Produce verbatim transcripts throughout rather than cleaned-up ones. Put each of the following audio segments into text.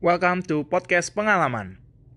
Welcome to Podcast Pengalaman.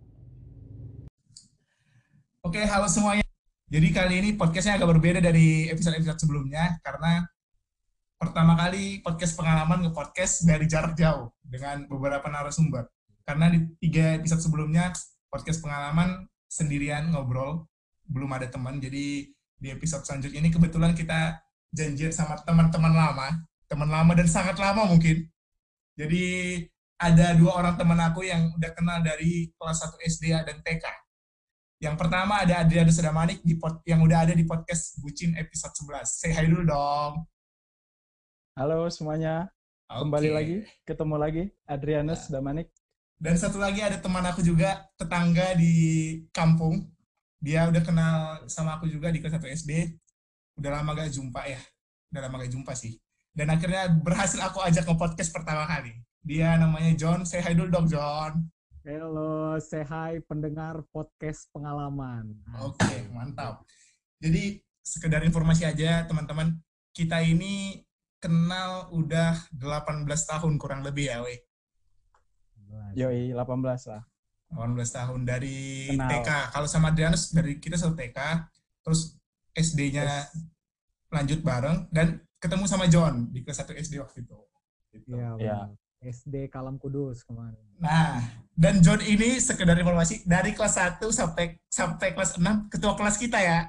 Oke, halo semuanya. Jadi kali ini podcastnya agak berbeda dari episode-episode sebelumnya karena pertama kali podcast pengalaman nge-podcast dari jarak jauh dengan beberapa narasumber. Karena di tiga episode sebelumnya podcast pengalaman sendirian ngobrol, belum ada teman. Jadi di episode selanjutnya ini kebetulan kita janjian sama teman-teman lama, teman lama dan sangat lama mungkin. Jadi ada dua orang teman aku yang udah kenal dari kelas satu S D dan T K. Yang pertama ada Adrianus Damanik di pod, yang udah ada di podcast Bucin episode sebelas. Say hi dulu dong. Halo semuanya, kembali Oke. lagi, ketemu lagi, Adrianus Ya. Damanik. Dan satu lagi ada teman aku juga, tetangga di kampung. Dia udah kenal sama aku juga di kelas satu S D. Udah lama gak jumpa ya. Udah lama gak jumpa sih. Dan akhirnya berhasil aku ajak ke podcast pertama kali. Dia namanya John. Say hi dulu dong, John. Halo, say hi pendengar podcast pengalaman. Oke, mantap. Jadi sekedar informasi aja teman-teman, kita ini kenal udah delapan belas tahun kurang lebih ya, weh. Yoi, delapan belas lah. delapan belas tahun dari Kenal. T K. Kalau sama Adrianus dari kita satu T K, terus S D-nya lanjut bareng dan ketemu sama John di kelas satu S D waktu itu. Gitu. Iya, Iya. benar. S D Kalam Kudus kemarin. Nah, dan John ini sekedar informasi dari kelas satu sampai sampai kelas enam ketua kelas kita ya.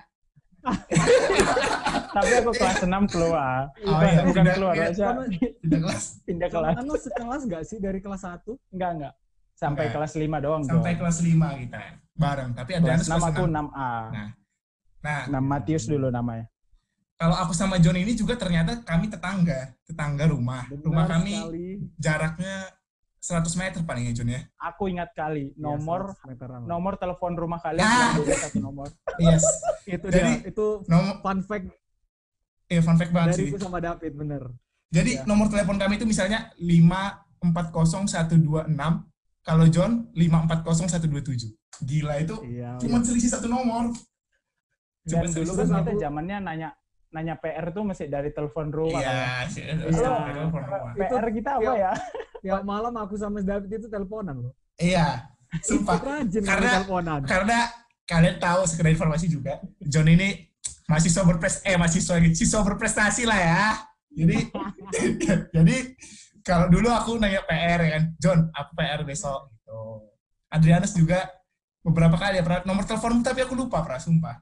Tapi aku kelas enam keluar. Oh, bukan iya, bukan pindah- keluar pindah- aja, Tidak kelas pindah Sama kelas. kan lu sekelas nggak sih dari kelas satu? Enggak, enggak. Sampai Enggak. kelas lima doang. sampai Dong. kelas lima kita bareng. Tapi Kelas Adrianus enam kelas aku enam. enam A. Nah, Nah, enam Matius dulu namanya. kalau aku sama John ini juga ternyata kami tetangga, tetangga rumah. Benar Rumah kami sekali. jaraknya seratus meter paling ya, John ya. Aku ingat kali Iya, nomor seratus meteran lah. nomor telepon rumah kalian Ah. cuma beda satu nomor. Yes. Itu Jadi- dia, itu Nomor fun fact eh fun fact banget sih. dari sama David, bener. Jadi Ya. nomor telepon kami itu misalnya lima empat nol satu dua enam, kalau John lima empat nol satu dua tujuh. Gila itu Iya. cuma selisih satu nomor. Dan Cuma dulu selisih kan satu kita aku- zamannya nanya nanya P R tuh masih dari telepon rumah. kan ya. Iya, sih. Iya. Telepon rumah. P R kita apa Iya. ya? Tiap malam aku sama David itu teleponan loh. Iya. Sumpah. Rajin kami Karena- teleponan. Karena kalian tahu sekedar informasi juga, John ini mahasiswa berpres eh mahasiswa siswa berprestasi lah ya. Jadi jadi kalau dulu aku nanya P R ya kan, John, aku P R besok gitu. Adrianus juga beberapa kali ya, pernah nomor teleponmu tapi aku lupa, pra, sumpah.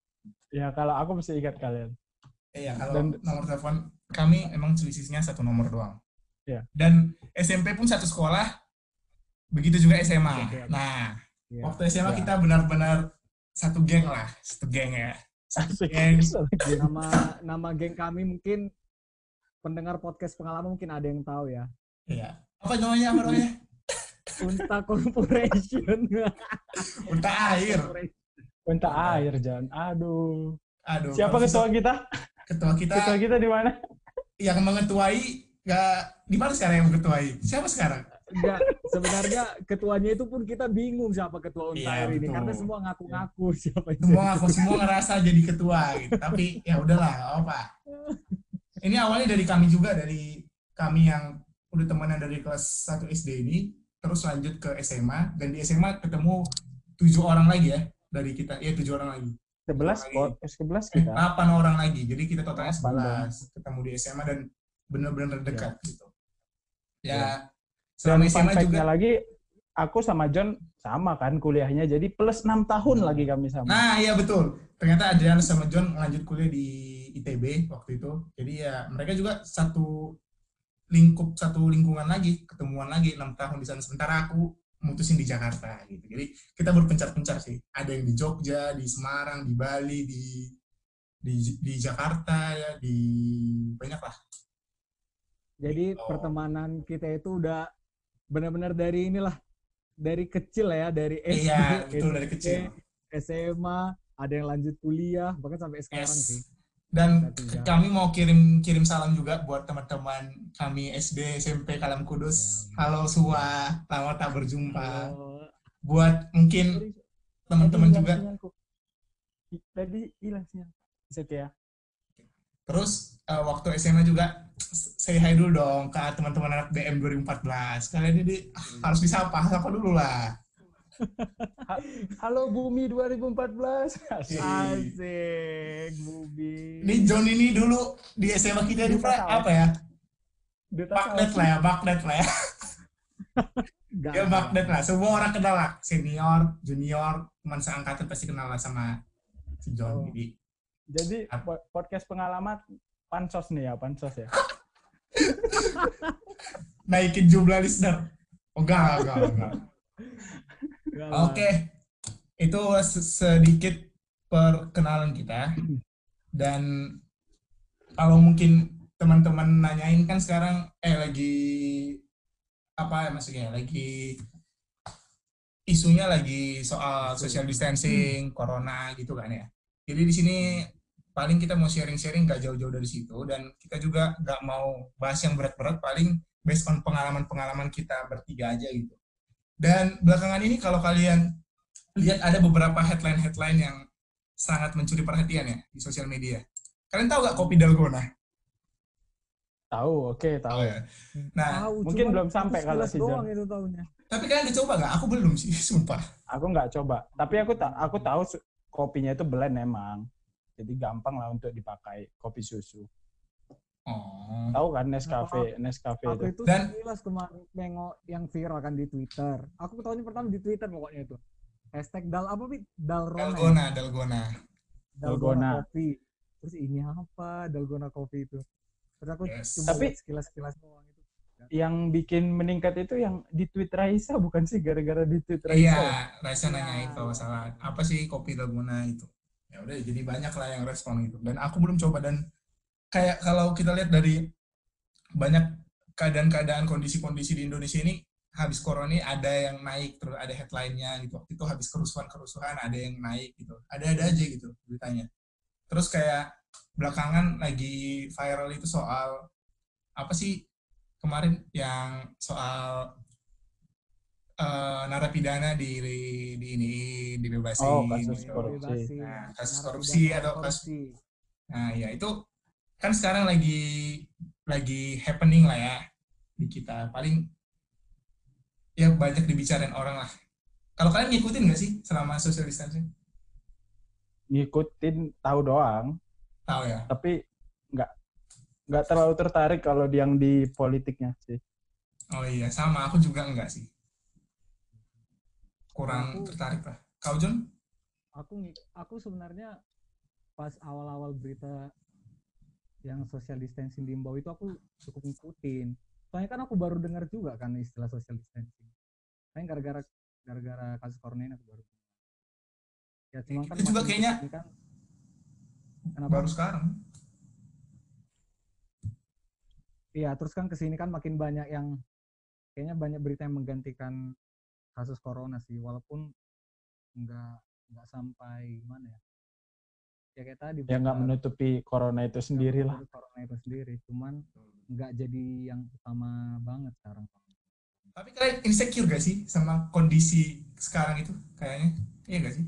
Ya kalau aku mesti ingat kalian. Iya, kalau Dan- nomor telepon kami emang selisihnya satu nomor doang. Iya. Dan S M P pun satu sekolah, begitu juga S M A. Iya. Nah, Iya. waktu S M A Iya. kita benar-benar satu geng lah, satu geng ya. Satu geng. Nama nama geng kami mungkin pendengar podcast pengalaman mungkin ada yang tahu ya. Iya. Apa namanya? Apa namanya? Unta Corporation. Unta air. Unta air, Jan. Aduh. Aduh. Siapa kalau ketua kita? Ketua kita Ketua kita di mana? yang mengetuai nggak di mana sekarang yang mengetuai? Siapa sekarang? Enggak, sebenarnya ketuanya itu pun kita bingung siapa ketua Unta Iya, Air ini betul. karena semua ngaku-ngaku siapa itu. Semua aku semua ngerasa jadi ketua gitu. Tapi ya udahlah, nggak apa. Ini awalnya dari kami juga, dari kami yang udah temenan dari kelas satu S D ini, terus lanjut ke S M A, dan di S M A ketemu tujuh orang lagi ya dari kita, ya tujuh orang lagi. sebelas Lagi. kok. sebelas Eh, kita. delapan orang lagi, jadi kita totalnya Delapan dong. sebelas ketemu di S M A dan benar-benar dekat gitu. Ya, Iya. selama Dan S M fun A fact-nya juga. lagi, aku sama John sama kan kuliahnya. Jadi plus enam tahun lagi kami sama. Nah, iya betul. Ternyata Adrianus sama John lanjut kuliah di I T B waktu itu. Jadi ya mereka juga satu lingkup, satu lingkungan lagi, ketemuan lagi enam tahun di sana. Sementara aku mutusin di Jakarta gitu. Jadi kita berpencar-pencar sih. Ada yang di Jogja, di Semarang, di Bali, di di, di Jakarta ya, di banyak lah. Jadi Oh. pertemanan kita itu udah benar-benar dari inilah dari kecil ya, dari S D, Iya, betul, dari S D, kecil. S M A, ada yang lanjut kuliah, bahkan sampai sekarang Yes. sih. Dan Kita tinggal. kami mau kirim kirim salam juga buat teman-teman kami S D S M P Kalam Kudus. Halo Suwa, lama tak berjumpa. Oh, Buat mungkin teman-teman juga. Tadi hilang sinyal. Oke ya. Terus eh, waktu S M A juga say hi dulu dong ke teman-teman anak B M dua ribu empat belas. Kalian ini ah, harus disapa, sapa dulu lah. Halo Bumi dua ribu empat belas. Asik. Asik, Bubi. Ini John ini dulu di S M A kita di Duta Saus. apa ya? Duta Magnet Saus. lah ya, magnet lah ya. Gak Ya magnet lah, semua orang kenal lah. Senior, junior, teman seangkatan pasti kenal lah sama si John. Oh. Jadi Jadi po- podcast pengalaman pansos nih ya, pansos ya. naikin jumlah listener. Oh enggak, enggak, enggak. gak lah. Oke, itu se- sedikit perkenalan kita. Dan kalau mungkin teman-teman nanyain kan sekarang eh lagi apa ya maksudnya lagi isunya lagi soal social distancing, corona gitu kan ya. Jadi di sini paling kita mau sharing-sharing nggak jauh-jauh dari situ dan kita juga nggak mau bahas yang berat-berat, paling based on pengalaman-pengalaman kita bertiga aja gitu. Dan belakangan ini kalau kalian lihat ada beberapa headline-headline yang sangat mencuri perhatian ya di sosial media. Kalian tahu nggak kopi dalgona? Tahu, oke, tahu. ya. Nah, Tahu, mungkin cuman belum sampai aku kalau sekilas si John. doang itu tahunya. tapi kalian udah coba nggak? Aku belum sih, sumpah. Aku nggak coba, tapi aku tak aku tahu su- kopinya itu blend emang. Jadi gampang lah untuk dipakai kopi susu. Oh. Tahu kan Nescafe, Nescafe Aku itu. itu Dan- sekilas kemarin nengok yang viral kan di Twitter. Aku tahunya pertama di Twitter pokoknya itu. Hashtag dal apa sih? Dalrona. ya? Dalgona, dalgona. Dalgona Dalgona. kopi. Terus ini apa? Dalgona kopi itu. Terus aku Yes. coba Tapi- lihat sekilas-sekilas doang itu. Yang bikin meningkat itu yang di tweet Raisa bukan sih, gara-gara di tweet Raisa. ya? Iya, Raisa nanyain kalau Iya. salah apa sih kopi dalgona itu. Ya udah, jadi banyak lah yang respon gitu. Dan aku belum coba dan kayak kalau kita lihat dari banyak keadaan-keadaan kondisi-kondisi di Indonesia ini habis corona ini ada yang naik terus ada headline-nya gitu. Waktu itu habis kerusuhan-kerusuhan ada yang naik gitu. Ada-ada aja gitu beritanya. Terus kayak belakangan lagi viral itu soal apa sih kemarin yang soal eh, narapidana di di ini dibebasin Oh, kasus gitu. korupsi. Bebasin. Nah, kasus Narapidana korupsi atau kasus korupsi. Nah, ya itu kan sekarang lagi lagi happening lah ya di kita. Paling ya banyak dibicarain orang lah. Kalau kalian ngikutin nggak sih selama social distancing? Ngikutin tahu doang, Tahu ya. tapi nggak nggak terlalu tertarik kalau yang di politiknya sih. Oh iya, sama aku juga enggak sih. Kurang Aku- tertarik lah. Kau John? Aku ngi- aku sebenarnya pas awal-awal berita yang social distancing diimbau itu aku cukup ngikutin. Soalnya kan aku baru dengar juga kan istilah social distancing. Kayak gara-gara gara-gara kasus corona ini aku baru. Ya cuma kan Itu juga makin kayaknya kesini kan, kenapa? baru sekarang. Iya, terus kan kesini kan makin banyak yang kayaknya banyak berita yang menggantikan kasus corona sih, walaupun nggak nggak sampai mana ya. Ya kayak tadi. Ya nggak berita- menutupi corona itu sendiri lah. menutupi corona itu sendiri, cuman nggak jadi yang utama banget sekarang. Tapi kalian insecure gak sih sama kondisi sekarang itu kayaknya? Iya gak sih?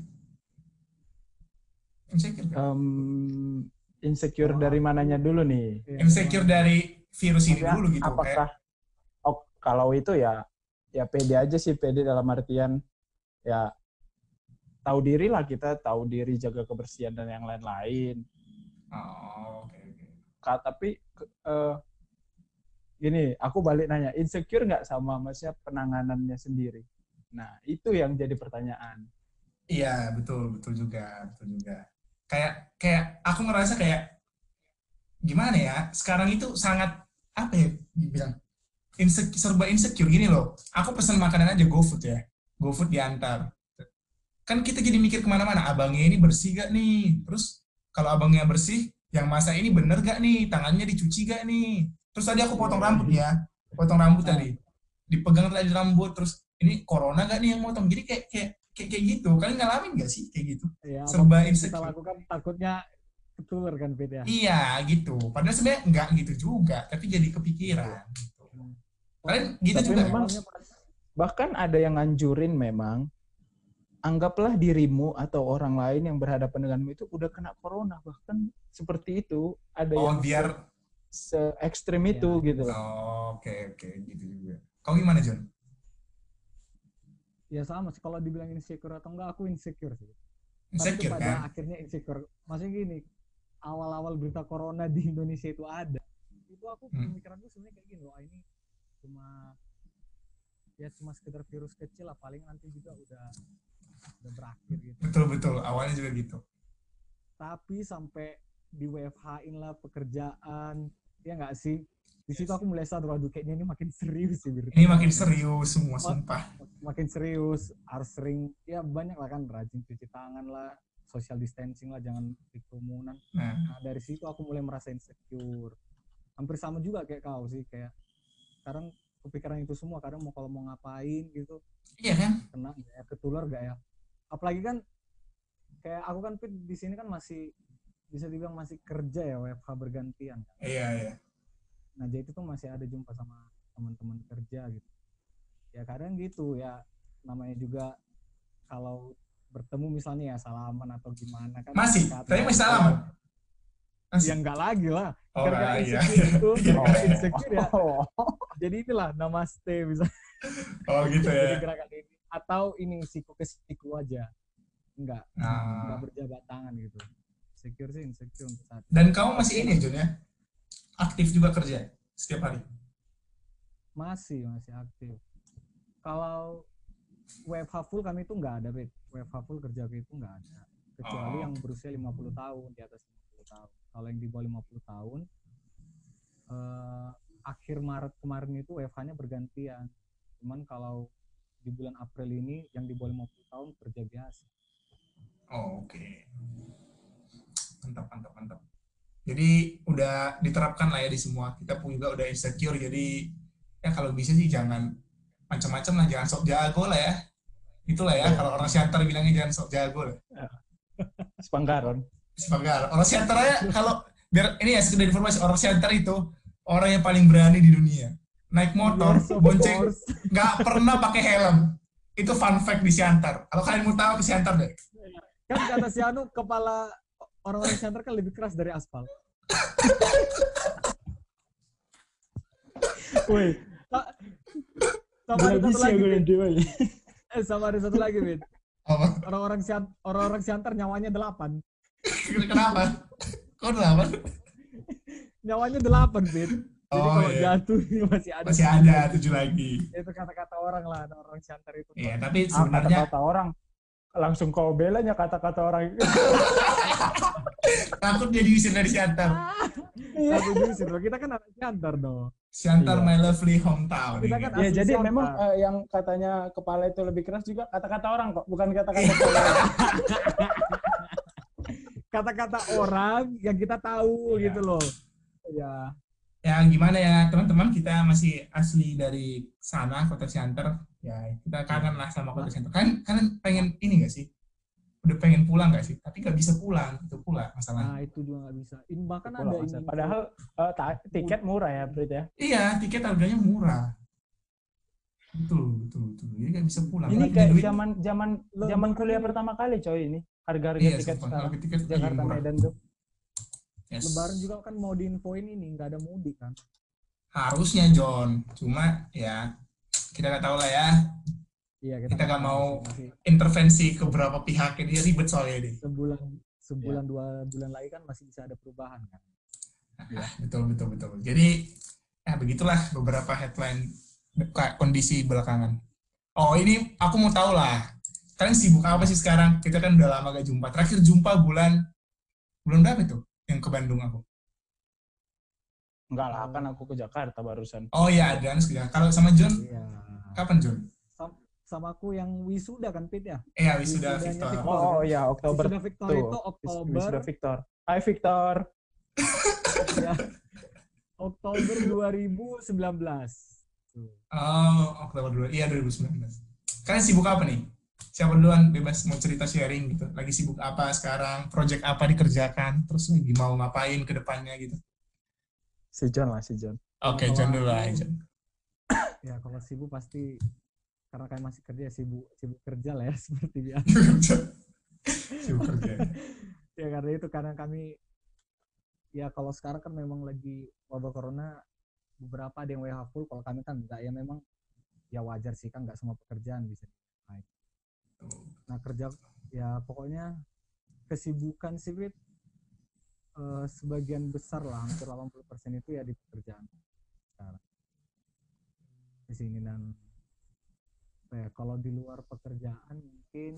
Insecure gak? Em, insecure Oh, dari aku- mananya dulu nih? Iya, Insecure cuman- dari virus ini Maksudnya, dulu gitu. Kayak, apakah oh, kalau itu ya ya pede aja sih, pede dalam artian ya tahu diri lah, kita tahu diri, jaga kebersihan dan yang lain-lain. oh, oke oke. Ka- tapi ke- eh, gini, aku balik nanya, insecure nggak sama maksudnya penanganannya sendiri? Nah, itu yang jadi pertanyaan. Iya betul betul juga betul juga. Kayak kayak aku ngerasa kayak gimana ya? Sekarang itu sangat apa ya bilang insecure, serba insecure gini loh. Aku pesan makanan aja GoFood ya, GoFood diantar. Kan kita jadi mikir kemana-mana. Abangnya ini bersih gak nih? Terus kalau abangnya bersih, yang masak ini bener gak nih? Tangannya dicuci gak nih? Terus tadi aku potong rambut ya, potong rambut tadi, dipegang tadi rambut. Terus ini corona gak nih yang motong? Jadi kayak kayak kayak, kayak gitu. Kalian ngalamin gak sih kayak gitu? Ya, Serba apapun yang kita insecure. lakukan takutnya ketular kan Fit ya. Iya gitu. Padahal sebenarnya nggak gitu juga, tapi jadi kepikiran. Gitu. Kalian gitu Tapi juga? memang- Awalnya pas- Bahkan ada yang nganjurin memang anggaplah dirimu atau orang lain yang berhadapan denganmu itu udah kena corona, bahkan seperti itu ada Oh, yang biar se ekstrim Iya. itu gitu. oh, oke oke gitu juga. Kau gimana, John? Ya sama sih, kalau dibilang insecure atau enggak, aku insecure sih. Tapi Insecure pada kan? akhirnya insecure. Maksudnya gini, awal-awal berita corona di Indonesia itu ada, itu aku Hmm. pemikiranku sebenarnya kayak gini loh, ah, ini cuma ya cuma sekedar virus kecil lah, paling nanti juga udah udah berakhir gitu. Betul betul, awalnya juga gitu. Tapi sampai di W F H-in lah pekerjaan, ya nggak sih? Di situ aku mulai sadar, waduh kayaknya ini makin serius sih berita. Ini makin serius semua, sumpah. Makin serius, harus sering, ya banyak lah kan, rajin cuci tangan lah, social distancing lah, jangan di kerumunan. Nah, Nah dari situ aku mulai merasa insecure. Hampir sama juga kayak kau sih, kayak sekarang kepikiran itu semua, kadang mau kalau mau ngapain gitu, iya kan? kena nggak ya, ketular gak ya. Apalagi kan kayak aku kan Pit, di sini kan masih bisa dibilang masih kerja ya, W F H bergantian kan. Iya iya. Nah jadi itu tuh masih ada jumpa sama teman-teman kerja gitu. Ya kadang gitu ya, namanya juga kalau bertemu misalnya ya salaman atau gimana kan. Masih, dekat, tapi masih ya. salaman. Ya Masih. enggak lagi lah. Oh, Gara-gara iya. insecure itu, gara-gara Oh. insecure ya. Jadi inilah namaste bisa. Oh gitu Jadi ya. gerakan ini. Atau ini siku ke siku aja. Enggak, enggak Nah, berjabat tangan gitu. Insecure sih insecure untuk saat ini. dan kamu masih ini, John ya? Aktif juga kerja setiap hari. Masih, masih aktif. Kalau W F H full kami itu enggak ada, Bet. W F H full kerja itu enggak ada. Kecuali Oh. yang berusia lima puluh tahun, di atas lima puluh tahun. Kalau yang di bawah lima puluh tahun, eh, akhir Maret kemarin itu W F H-nya bergantian. Cuman kalau di bulan April ini yang di bawah lima puluh tahun kerja biasa. Oh, oke. Mantap, mantap, mantap. Jadi udah diterapkan lah ya di semua. Kita pun juga udah insecure, jadi ya kalau bisa sih jangan macam-macam lah, jangan sok jago lah ya. Itulah ya, kalau orang Siantar bilangnya jangan sok jago lah. Sepangkaron. Sepagar. Orang Siantar aja kalau biar ini ya sekedar informasi, orang Siantar itu orang yang paling berani di dunia. Naik motor, Yes, of bonceng, course. nggak pernah pakai helm. Itu fun fact di Siantar. Kalau kalian mau tahu ke Siantar deh. Kan kata si Anu, kepala orang-orang Siantar kan lebih keras dari aspal. Woi, Sama ada satu lagi, Bet. woi. Eh, sama ada satu lagi, Bet. Apa? Orang-orang Sian, orang-orang Siantar nyawanya delapan. Kenapa? Kok kenapa? Nyawanya delapan, Bet. Jadi Oh, kalau iya. jatuh ini masih ada. Masih ada tujuh lagi. Itu kata-kata orang lah, ada orang Siantar itu. Iya, tapi Ah, sebenarnya kata-kata orang langsung kau belanya kata-kata orang itu. takut dia diusir dari Siantar. Satu diusir loh. Kita kan anak Siantar dong. Siantar Iya. my lovely hometown. Kita ini. kan Ya asli jadi Siantar. memang eh, yang katanya kepala itu lebih keras juga kata-kata orang kok, bukan kata-kata orang. Kata-kata orang yang kita tahu Iya. gitu loh. Ya. Ya gimana ya teman-teman, kita masih asli dari sana, kota Siantar. Ya kita kangen lah sama kota Siantar. Kan kalian pengen ini nggak sih? Udah pengen pulang nggak sih? Tapi nggak bisa pulang, itu pula masalahnya. Nah, itu juga nggak bisa. Ini bahkan Pulau ada Masa. ini. Padahal eh, ta- tiket murah ya, Brit ya. Iya, tiket harganya murah. Betul, betul, betul. Jadi nggak bisa pulang. Ini Lagi kayak duit- zaman zaman Lo- zaman kuliah pertama kali coy ini. Harga-harga Iya, tiket sumpah. sekarang. Harga tiket lagi Jakarta murah. Medan tuh. Yes. Lebaran juga kan mau diinfoin ini, nggak ada mudik kan. Harusnya John, cuma ya kita nggak tahu lah ya. Iya, Kita nggak tahu mau sih, masih intervensi ke beberapa pihak, ini ribet soalnya deh. sebulan sebulan dua bulan lagi kan masih bisa ada perubahan kan. Ah, betul, betul, betul. Jadi ya begitulah beberapa headline kayak kondisi belakangan. Oh ini aku mau tahu lah. Kalian sibuk apa sih sekarang? Kita kan udah lama gak jumpa. Terakhir jumpa bulan bulan berapa itu? Yang ke Bandung aku. Enggak lah, kan aku ke Jakarta barusan. Oh iya, Adrian sekarang. Kalau sama John, Iya. kapan John? Sam- sama aku yang wisuda kan Pit ya. Eh ya, wisuda Wisudanya Victor. Victor. Oh, oh ya, Oktober Wisuda Victor tuh. itu Wis- Oktober Wisuda Victor. Hai Victor. ya. Oktober dua ribu sembilan belas. Tuh. Oh, Oktober dua. Iya, dua ribu sembilan belas. Kalian sibuk apa nih? Siapa duluan bebas mau cerita sharing gitu. Lagi sibuk apa sekarang? Project apa dikerjakan? Terus lagi mau ngapain ke depannya gitu. Si John lah, si John. Oke, Kalau John dulu aku- lah, John. Ya kalau sibuk pasti karena kami masih kerja sibuk sibuk kerja lah ya seperti biasa. Kerja. Sibuk kerja. Ya karena itu karena kami ya kalau sekarang kan memang lagi wabah corona, beberapa ada yang W H full, kalau kami kan enggak, ya memang ya wajar sih kan, nggak semua pekerjaan bisa dilakukan. Nah kerja ya pokoknya kesibukan sih Fit, eh, sebagian besar lah, hampir delapan puluh persen itu ya di pekerjaan sekarang di sini. Dan ya, kalau di luar pekerjaan mungkin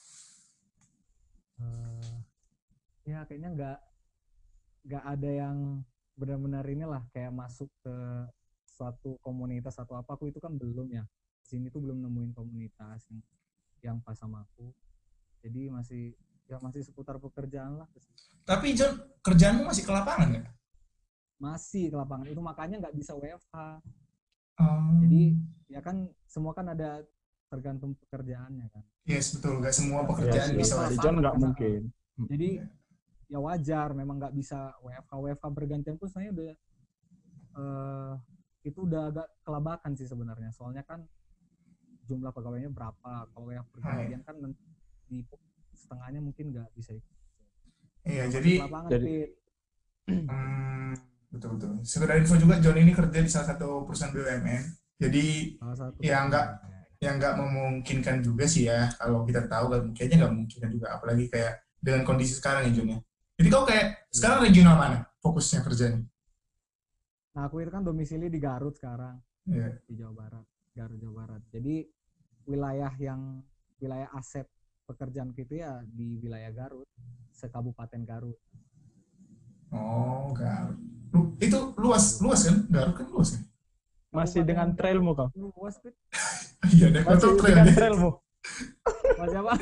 eh, ya kayaknya nggak nggak ada yang benar-benar inilah kayak masuk ke suatu komunitas atau apa. Aku itu kan belum ya, di sini tuh belum nemuin komunitas yang yang pas sama aku, jadi masih ya masih seputar pekerjaan lah. Tapi John, kerjaanmu masih ke lapangan ya? Masih ke lapangan itu, makanya nggak bisa W F H. Um, Jadi ya kan semua kan ada tergantung pekerjaannya kan. yes betul, nggak semua Ya, pekerjaan sih. bisa Kalau Si W F H. John nggak mungkin. Jadi ya wajar memang nggak bisa W F H. W F H bergantian pun sebenarnya udah eh, itu udah agak kelabakan sih sebenarnya. Soalnya kan jumlah pegawainya berapa. Kalau W F H bergantian kan di setengahnya mungkin nggak bisa ikut. Iya, Masih jadi ke lapangan, jadi- Fit. hmm, betul betul. Sekedar info juga, John ini kerja di salah satu perusahaan B U M N. Jadi Salah satu Ya, enggak. yang nggak memungkinkan juga sih ya, kalau kita tahu kan kayaknya nggak memungkinkan juga, apalagi kayak dengan kondisi sekarang ya John ya. Jadi kau kayak sekarang regional mana fokusnya kerjanya? Nah aku itu kan domisili di Garut sekarang, Iya. di Jawa Barat, Garut Jawa Barat. Jadi wilayah yang wilayah aset pekerjaan gitu ya di wilayah Garut, sekabupaten Garut. Oh, Garut. Lu, itu luas, luas kan? Garut kan luas kan? Masih dengan trailmu kau. Luas, Fit. Iya, ada Masih kota dengan trail. trailmu. Masih apa?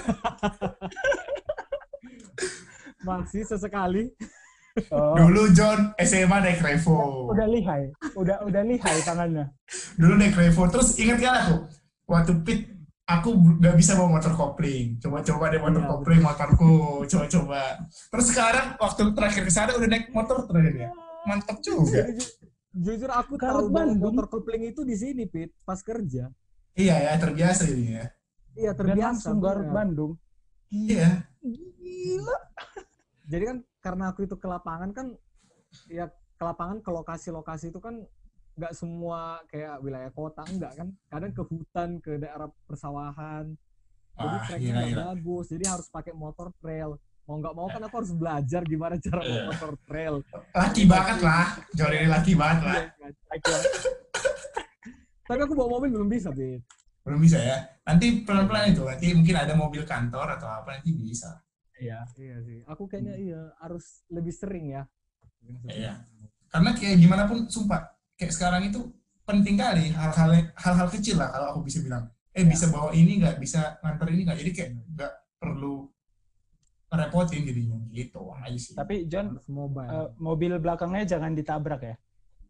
Masih sesekali. Oh, Dulu John S M A naik Revo. udah lihai, udah udah lihai tangannya. Dulu naik Revo. Terus ingat kan aku, waktu pit aku nggak bisa bawa motor kopling. Coba-coba deh motor Iya, kopling motorku, coba-coba. Terus sekarang waktu terakhir ke sana udah naik motor terakhir ya. Mantap juga. Jadi, ju- jujur aku Garut tahu bahwa Bandung. motor kopling itu di sini, Pit, pas kerja. Iya ya, terbiasa ini ya. Iya, Dan terbiasa. langsung Garut bener. Bandung. Iya. Gila. Jadi kan karena aku itu ke lapangan kan, ya ke lapangan ke lokasi-lokasi itu kan nggak semua kayak wilayah kota, enggak kan. Kadang ke hutan, ke daerah persawahan. Jadi Wah, treknya gila, nggak gila. bagus. Jadi harus pakai motor trail. Mau nggak mau kan aku harus belajar gimana cara bawa Iya. motor trail. Laki banget lah. John ini laki banget lah. Iya, kan? Tapi aku bawa mobil belum bisa, Bit. Belum bisa ya. Nanti pelan-pelan itu. Nanti mungkin ada mobil kantor atau apa, nanti bisa. Iya. Iya sih. Aku kayaknya iya harus lebih sering ya. Iya. Karena kayak gimana pun, sumpah. Kayak sekarang itu penting kali hal-hal hal-hal kecil lah kalau aku bisa bilang. Eh, Ya. bisa bawa ini nggak? Bisa nganter ini nggak? Jadi kayak nggak perlu ngerepotin jadinya. Gitu aja sih. Tapi John, Harus mobile. eh, mobil belakangnya jangan ditabrak ya.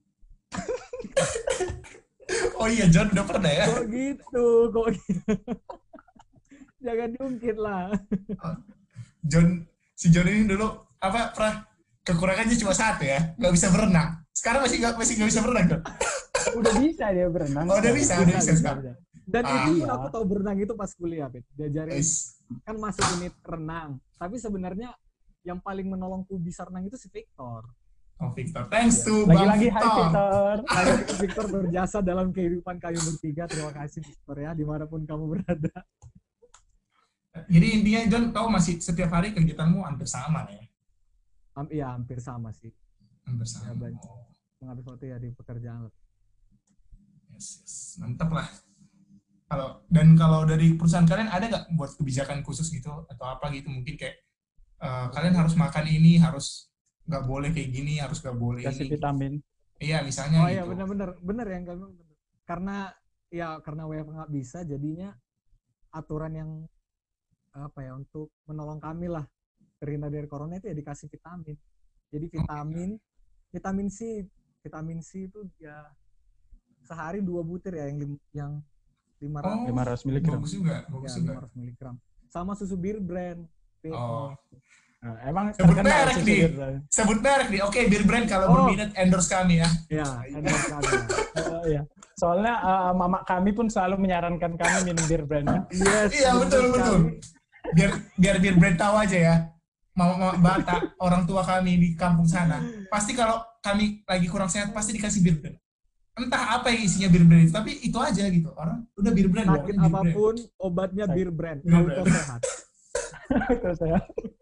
Oh iya, John udah pernah ya? Kok gitu, kok gitu. Jangan diungkit lah. John, si John ini dulu apa pernah kekurangannya cuma satu ya, nggak bisa berenang. Sekarang masih nggak masih nggak bisa berenang kan? Udah bisa dia berenang. Oh, udah bisa, udah Bisa, bisa bisa, sekarang. bisa. Dan Ah, itu pun iya. aku tahu berenang itu pas kuliah, Pit. Diajarin Guys, kan masuk unit renang. Tapi sebenarnya yang paling menolongku bisa renang itu si Victor. oh Victor, thanks to Bang Lagi-lagi hai Victor. Victor. Lagi Victor berjasa dalam kehidupan kami bertiga. Terima kasih Victor ya, dimanapun kamu berada. Jadi intinya John, kau masih setiap hari kegiatanmu hampir sama ya? Am- Iya hampir sama sih. Hampir Ya, sama. banyak. Oh, Mengambil foto ya di pekerjaan. yes, yes. Mantap lah. Kalau dan kalau dari perusahaan kalian ada nggak buat kebijakan khusus gitu atau apa gitu, mungkin kayak eh, kalian harus makan ini, harus nggak boleh kayak gini, harus nggak boleh Kasih ini. vitamin. Iya, misalnya Oh iya gitu. benar-benar benar yang kamu benar. Karena ya karena W F H nggak bisa, jadinya aturan yang apa ya untuk menolong kami lah terhindar dari corona itu ya dikasih vitamin. Jadi vitamin vitamin C vitamin C itu ya sehari dua butir ya yang lim- yang lima ratus Oh, lima ratus miligram. bagus juga, ya bagus juga. lima ratus miligram. Sama susu Bir Brand. B O. Oh. Nah, emang Sebut terkenal merek sih nih. Beer Brand. Sebut merek nih. Oke, Beer Brand kalau Oh. berminat endorse kami ya. Ya, endorse kami. Ya. Oh, iya. Soalnya uh, mama kami pun selalu menyarankan kami minum Beer Brand. Yes. Iya, betul benar betul. sekali. Biar biar Beer Brand tahu aja ya. Mama-mama Batak, orang tua kami di kampung sana, pasti kalau kami lagi kurang sehat pasti dikasih Beer Brand. Entah apa yang isinya Bir Brand itu, tapi itu aja gitu. Orang udah Bir Brand, Sakit bawaannya Bir Brand. apapun, obatnya Sakit. Bir Brand. Bir Auto Brand. sehat. Terus saya,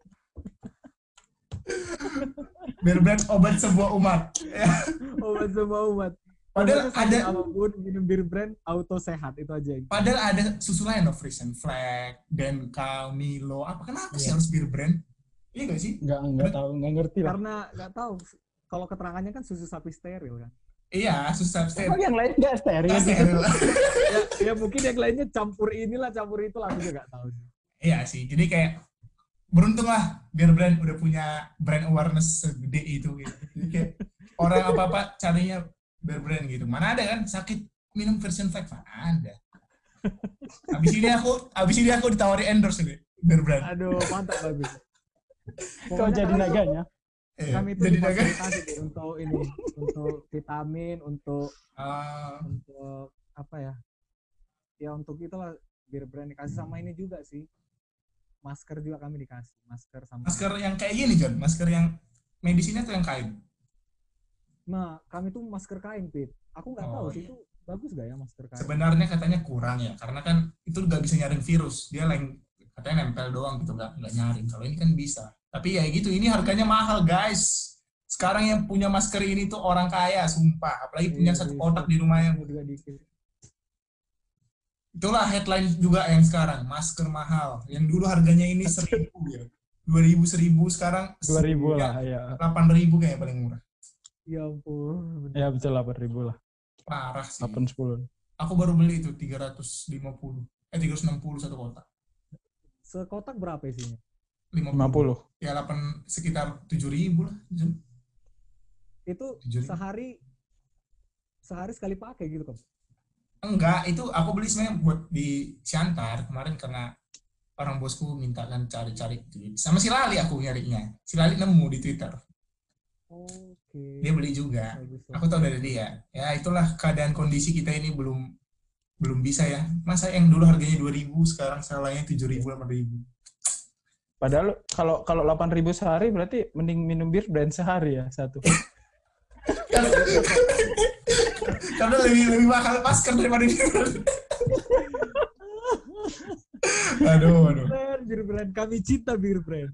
Bir Brand obat sebuah umat. Ya. Obat semua umat. Padahal Pokoknya sakit ada apapun, minum Bir Brand, auto sehat. Itu aja. padahal ada susu lain loh, Frisian Flag, Denka, Milo. Apa kenapa sih Iya. harus Bir Brand? Iya gak sih? nggak nggak tahu nggak ngerti lah. Karena nggak tahu. Kalau keterangannya kan susu sapi steril kan. Iya, susu Emang steril. yang lain nggak steril Ah, gitu. steril. ya, ya mungkin yang lainnya campur inilah, campur itulah. Aku juga nggak tahu. sih. Iya sih. Jadi kayak beruntung lah Bir Brand udah punya brand awareness segede itu gitu. Jadi kayak orang apa-apa carinya Bir Brand gitu. Mana ada kan sakit minum version Flag? Mana ada. Abis ini aku abis ini aku ditawari endorse nih Bir Brand. Aduh, mantap bagus. Kau jadi kami- naganya. Eh, Kami itu jadi dagang. difasilitasi Bi, untuk ini, untuk vitamin, untuk Ah, untuk apa ya? Ya untuk itulah Bir Brand dikasih sama ini juga sih. Masker juga kami dikasih, masker sama. masker yang kayak gini John, masker yang medis ini atau yang kain? Nah, kami tuh masker kain, Pit. Aku nggak tahu Oh, sih iya. itu bagus gak ya masker kain. Sebenarnya katanya kurang ya, karena kan itu nggak bisa nyaring virus. Dia lain katanya nempel doang gitu, nggak nggak nyaring. Kalau ini kan bisa. Tapi ya gitu, ini harganya mahal guys. Sekarang yang punya masker ini tuh orang kaya, sumpah. Apalagi punya Iya, satu iya, kotak di rumahnya. Ini juga dikit. Itulah headline juga yang sekarang, masker mahal. Yang dulu harganya ini seribu ya. Dua ribu seribu sekarang Dua ribu ya, lah ya. delapan ribu kayak paling murah. Ya ampun. Ya betul delapan ribu lah. Parah sih. Delapan sepuluh. Aku baru beli itu tiga ratus lima puluh. Eh tiga ratus enam puluh satu kotak. Sekotak berapa isinya? Lima puluh. Ya delapan sekitar tujuh ribu lah. Itu Tujuh ribu. sehari sehari sekali pakai gitu kan? Enggak, itu aku beli sebenarnya buat di Siantar kemarin karena orang bosku minta kan cari-cari gitu. Sama si Lali aku nyarinya. Si Lali nemu di Twitter. Oke. Dia beli juga. Bagus lah. Aku tahu dari dia. Ya itulah keadaan kondisi kita ini belum belum bisa ya. Masa yang dulu harganya dua ribu sekarang salahnya tujuh ribu delapan ribu. Padahal kalau kalau delapan ribu sehari berarti mending minum Bir Brand sehari ya satu. Karena, karena lebih lebih mahal masker daripada ini. aduh, aduh. Brand, Bir Brand. Kami cinta Bir Brand.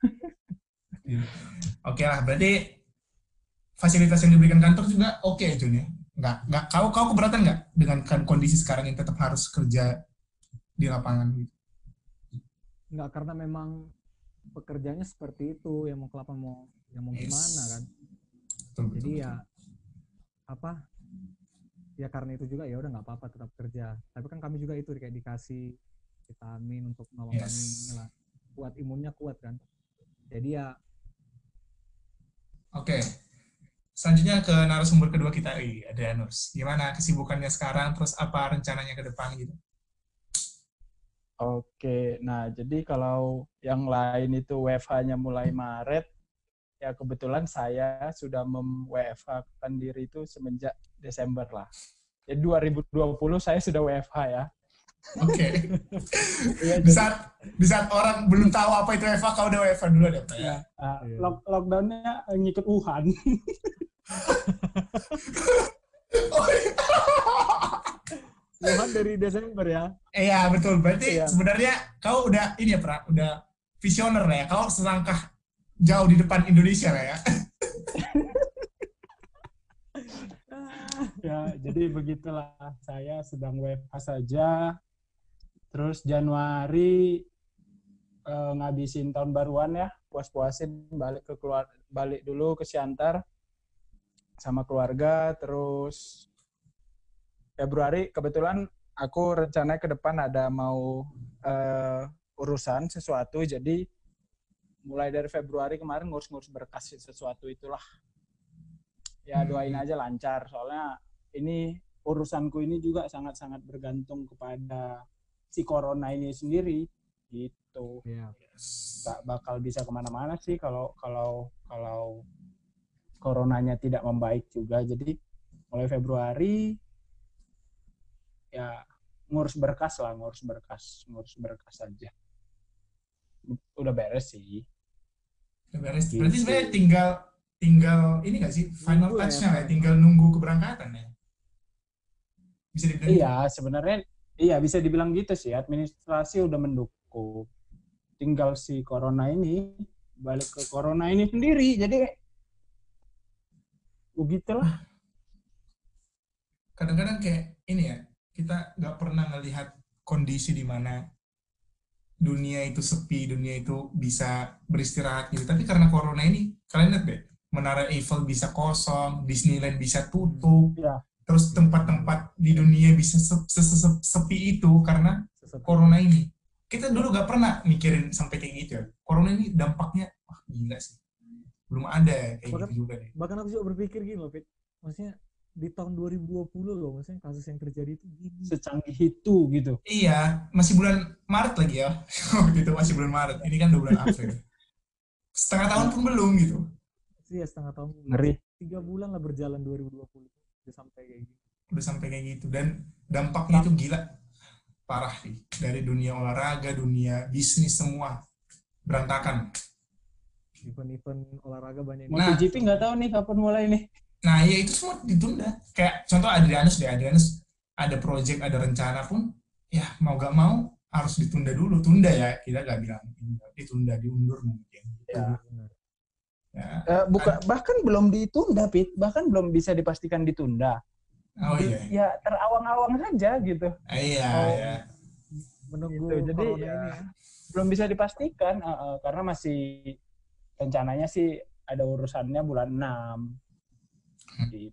Oke lah, berarti fasilitas yang diberikan kantor juga oke okay, Jun ya. Nggak, nggak, kau kau keberatan nggak dengan kan- kondisi sekarang yang tetap harus kerja di lapangan gitu? Enggak, karena memang pekerjaannya seperti itu, yang mau kelapa mau yang mau Yes. gimana kan. Betul, betul, Jadi betul. ya apa? Ya karena itu juga ya udah nggak apa-apa tetap kerja. Tapi kan kami juga itu kayak dikasih vitamin untuk nolong Yes. kami inilah. Kuat imunnya kuat kan. Jadi ya Oke. Selanjutnya ke narasumber kedua kita, Ih, ada Nurs. Gimana kesibukannya sekarang, terus apa rencananya ke depan gitu? Oke, nah jadi kalau yang lain itu W F H-nya mulai Maret, ya kebetulan saya sudah mem-W F H-kan diri itu semenjak Desember lah. Jadi dua ribu dua puluh saya sudah W F H ya. Oke. Iya, Di jadi saat di saat orang belum tahu apa itu W F H, kau udah W F H dulu ya, Pak ya? ah, Iya. lock- lockdown-nya ngikut Wuhan. Oh, iya. Wuhan dari Desember ya. Iya betul. Berarti Iya. sebenarnya kau udah ini ya, Pra, udah visioner lah ya. Kau selangkah jauh di depan Indonesia lah ya. Ya, jadi begitulah. Saya sedang W F H saja. Terus Januari eh, ngabisin tahun baruan ya, puas-puasin balik ke keluar balik dulu ke Siantar sama keluarga. Terus Februari kebetulan aku rencananya ke depan ada mau eh, urusan sesuatu, jadi mulai dari Februari kemarin ngurus-ngurus berkas sesuatu itulah. Ya doain aja lancar, soalnya ini urusanku ini juga sangat-sangat bergantung kepada si corona ini sendiri gitu. gitu. Iya. Nggak bakal bisa kemana-mana sih kalau kalau kalau coronanya tidak membaik juga. Jadi mulai Februari ya ngurus berkas lah, ngurus berkas, ngurus berkas aja. Udah beres sih. Udah beres. Gitu. Berarti sebenarnya tinggal tinggal ini nggak sih final Nunggu lah ya, touch-nya ya, Pak. tinggal nunggu keberangkatan ya. Bisa dibilang gitu? Iya, sebenarnya iya bisa dibilang gitu sih. Administrasi udah mendukung. Tinggal si corona ini balik ke corona ini sendiri. Jadi begitulah. Kadang-kadang kayak ini ya, kita nggak pernah ngelihat kondisi di mana dunia itu sepi, dunia itu bisa beristirahat gitu. Tapi karena corona ini, kalian lihat deh, Menara Eiffel bisa kosong, Disneyland bisa tutup, Iya. terus tempat-tempat di dunia bisa se- se- se- sepi itu karena Sesepi. corona ini. Kita dulu nggak pernah mikirin sampai kayak gitu ya. Corona ini dampaknya, wah gila sih. Belum ada kayak Bahkan- gitu juga deh. Bahkan aku juga berpikir gini loh, Fit. Maksudnya di tahun dua ribu dua puluh loh, maksudnya kasus yang terjadi itu gini. Secanggih itu gitu. Iya, masih bulan Maret lagi ya. Waktu itu masih bulan Maret. Ini kan udah bulan April. Setengah tahun pun belum gitu. Iya, setengah tahun. Ngeri. Tiga bulan lah berjalan dua ribu dua puluh. Udah sampai kayak gitu. Udah sampai kayak gitu. Dan dampaknya itu gila. Parah sih. Dari dunia olahraga, dunia bisnis semua. Berantakan. Event-event olahraga banyak yang Nah. MotoGP nggak tahu nih kapan mulai nih. Nah, ya itu semua ditunda. Kayak contoh Adrianus deh. Adrianus ada project, ada rencana pun, ya mau gak mau harus ditunda dulu. Tunda ya. Kita gak bilang ditunda, diundur mungkin. Ya. benar. Ya. Eh, buka, bahkan belum ditunda, Pit. Bahkan belum bisa dipastikan ditunda. Oh iya. Ya terawang-awang saja gitu. Ah, Iya, Oh. ya. Menunggu Gitu, jadi corona ya. ini ya. Belum bisa dipastikan uh, uh, karena masih rencananya sih ada urusannya bulan enam. Gitu.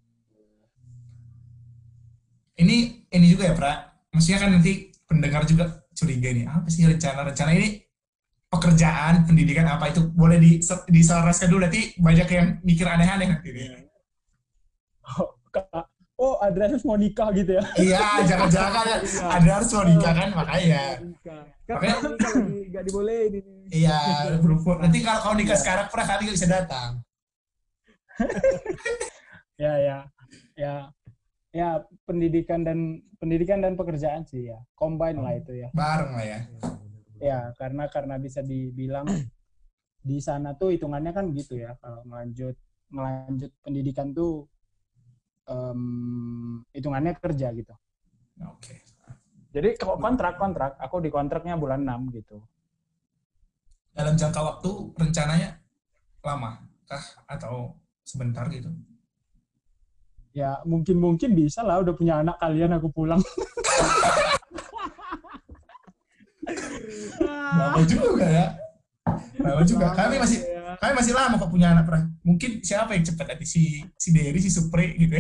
Ini ini juga ya, Pra. Maksudnya kan nanti pendengar juga curiga nih, apa sih rencana-rencana ini pekerjaan, pendidikan apa itu boleh di diselaraskan dulu, nanti banyak yang mikir aneh-aneh nanti nih. Oh, Kak. Oh, Adrianus mau nikah gitu ya. Iya, jangan-jangan ya. Ada harus mau nikah kan, makanya. Nikah. Kan Makanya- kalau nikah lagi nggak dibolehin ini. Iya, berhubung. Nanti kalau kau nikah sekarang, Pra, kali nggak bisa datang. Ya, ya. Ya. Ya, pendidikan dan pendidikan dan pekerjaan sih ya. Combine lah itu ya. Bareng lah ya. Ya, karena karena bisa dibilang di sana tuh hitungannya kan gitu ya. Kalau melanjut melanjut pendidikan tuh em, hitungannya kerja gitu. Oke. Jadi kalau kontrak-kontrak, aku di kontraknya bulan enam gitu. Dalam jangka waktu rencananya lama kah atau sebentar gitu? Ya mungkin-mungkin bisa lah, udah punya anak kalian aku pulang. Lama juga ya. Lama juga. Kami masih kami masih lama kok punya anak, Pra. Mungkin siapa yang cepat nanti, si si Derry, si Supri gitu ya.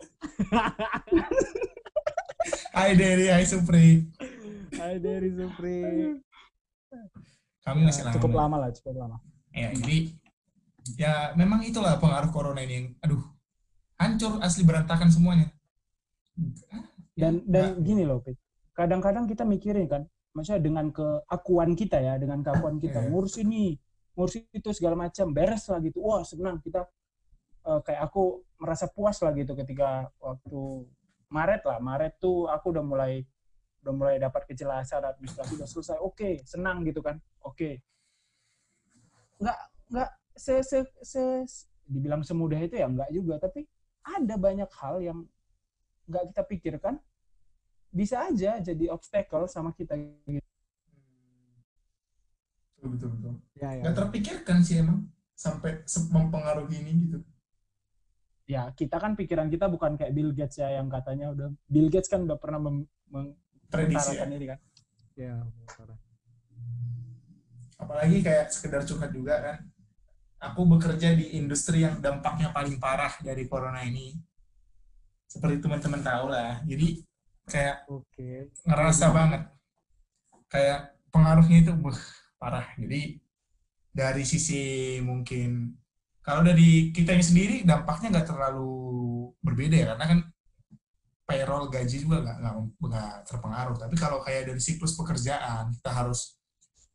Hai Derry, hai Supri. Hai dari Supri. Kami masih lama. Cukup lama lah, cukup lama. Ya, jadi ya memang itulah pengaruh corona ini yang aduh hancur asli, berantakan semuanya. Dan dan gini loh, Pit. Kadang-kadang kita mikirin kan, maksudnya dengan keakuan kita ya, dengan keakuan kita, Iya. ngurus ini, ngurus itu segala macam, beres lah gitu. Wah, senang kita, eh, kayak aku merasa puas lah gitu ketika waktu Maret lah. Maret tuh aku udah mulai udah mulai dapat kejelasan, administrasi udah selesai. Oke, senang gitu kan. Oke. Nggak nggak se, se, se- dibilang semudah itu ya nggak juga, tapi ada banyak hal yang nggak kita pikirkan bisa aja jadi obstacle sama kita gitu. Betul, betul, betul. Ya ya. Nggak terpikirkan sih emang sampai se- mempengaruhi ini gitu. Ya kita kan pikiran kita bukan kayak Bill Gates ya, yang katanya udah Bill Gates kan udah pernah mem, meng- Prediksi ya. mengutarakan ini kan. Ya. parah. Apalagi kayak sekedar curhat juga kan. Aku bekerja di industri yang dampaknya paling parah dari corona ini. Seperti teman-teman tahu lah. Jadi kayak Oke. ngerasa banget kayak pengaruhnya itu beuh, parah. Jadi dari sisi mungkin kalau dari kitanya sendiri dampaknya nggak terlalu berbeda ya, karena kan payroll gaji juga nggak nggak nggak terpengaruh. Tapi kalau kayak dari siklus pekerjaan, kita harus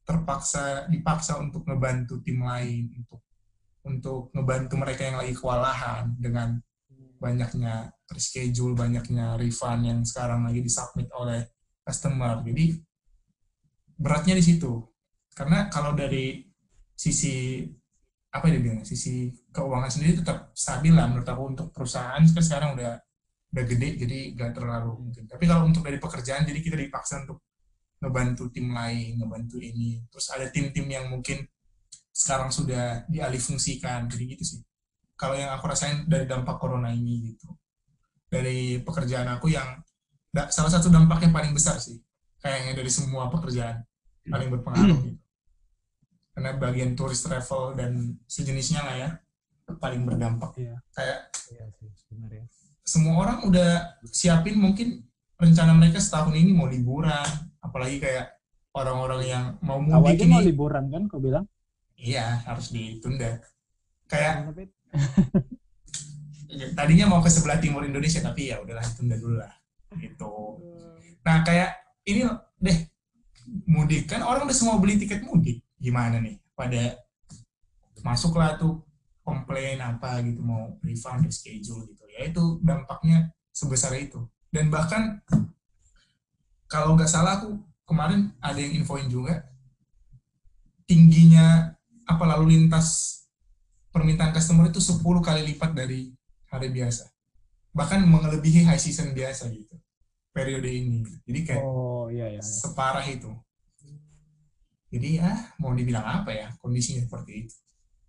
terpaksa dipaksa untuk ngebantu tim lain, untuk untuk ngebantu mereka yang lagi kewalahan dengan banyaknya reschedule, banyaknya refund yang sekarang lagi disubmit oleh customer. Jadi beratnya di situ. Karena kalau dari sisi apa ya bilang, sisi keuangan sendiri tetap stabil lah menurut aku untuk perusahaan kan sekarang udah udah gede jadi gak terlalu mungkin. Tapi kalau untuk dari pekerjaan jadi kita dipaksa untuk ngebantu tim lain, ngebantu ini. Terus ada tim-tim yang mungkin sekarang sudah dialihfungsikan, jadi gitu sih. Kalau yang aku rasain dari dampak corona ini gitu. Dari pekerjaan aku yang salah satu dampak yang paling besar sih. Kayaknya dari semua pekerjaan paling berpengaruh gitu. Karena bagian turis travel dan sejenisnya lah ya paling berdampak. Iya. Kayak Iya sih, benar ya. semua orang udah siapin mungkin rencana mereka setahun ini mau liburan, apalagi kayak orang-orang yang mau mudik Awalnya ini. mau liburan kan, kau bilang? Iya, harus ditunda. Kayak Tapi ya, tadinya mau ke sebelah timur Indonesia tapi ya udahlah ditunda dulu lah gitu. Nah kayak ini deh mudik kan orang udah semua beli tiket mudik, gimana nih pada masuklah tuh komplain apa gitu mau refund reschedule gitu ya, itu dampaknya sebesar itu. Dan bahkan kalau nggak salah aku kemarin ada yang infoin juga tingginya apa lalu lintas permintaan customer itu sepuluh kali lipat dari hari biasa, bahkan melebihi high season biasa gitu periode ini. Jadi kayak Oh iya iya. separah itu. Jadi ya mau dibilang apa ya, kondisinya seperti itu.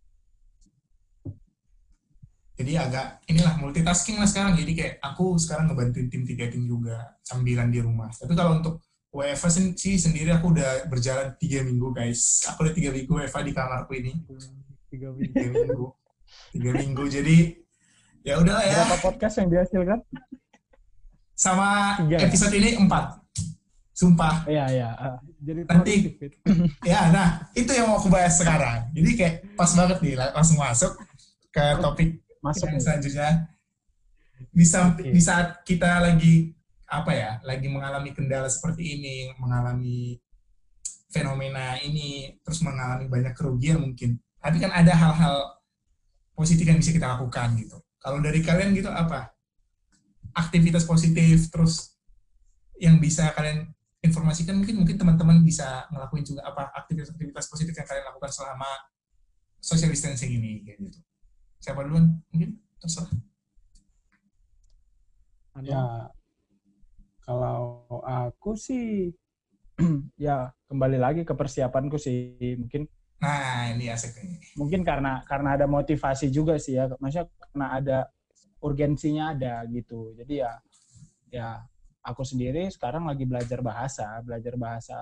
Jadi agak inilah multitasking lah sekarang. Jadi kayak aku sekarang ngebantuin tim ticketing juga sambilan di rumah. Tapi kalau untuk W F H sih sendiri aku udah berjalan tiga minggu guys. Aku udah tiga minggu W F H di kamarku ini. tiga minggu. Tiga minggu. Tiga minggu. Jadi ya udahlah ya. Berapa podcast yang dihasilkan? Sama Tiga, ya? episode ini empat. Sumpah. Iya iya. Ah. Jadi Nanti produktif, Fit. ya nah itu yang mau aku bahas sekarang. Jadi kayak pas banget nih langsung masuk ke topik Masuk yang nih. selanjutnya. Di, samp- Oke. di saat kita lagi apa ya lagi mengalami kendala seperti ini, mengalami fenomena ini, terus mengalami banyak kerugian mungkin. Tapi kan ada hal-hal positif yang bisa kita lakukan gitu. Kalau dari kalian gitu apa? Aktivitas positif terus yang bisa kalian informasikan, mungkin mungkin teman-teman bisa ngelakuin juga apa aktivitas-aktivitas positif yang kalian lakukan selama social distancing ini kayak gitu. Siapa duluan? Mungkin terserah. Anu, Ya kalau aku sih ya kembali lagi ke persiapanku sih. Mungkin Nah, ini asik nih. mungkin karena karena ada motivasi juga sih ya. Maksudnya karena ada urgensinya ada gitu. Jadi ya ya aku sendiri sekarang lagi belajar bahasa, belajar bahasa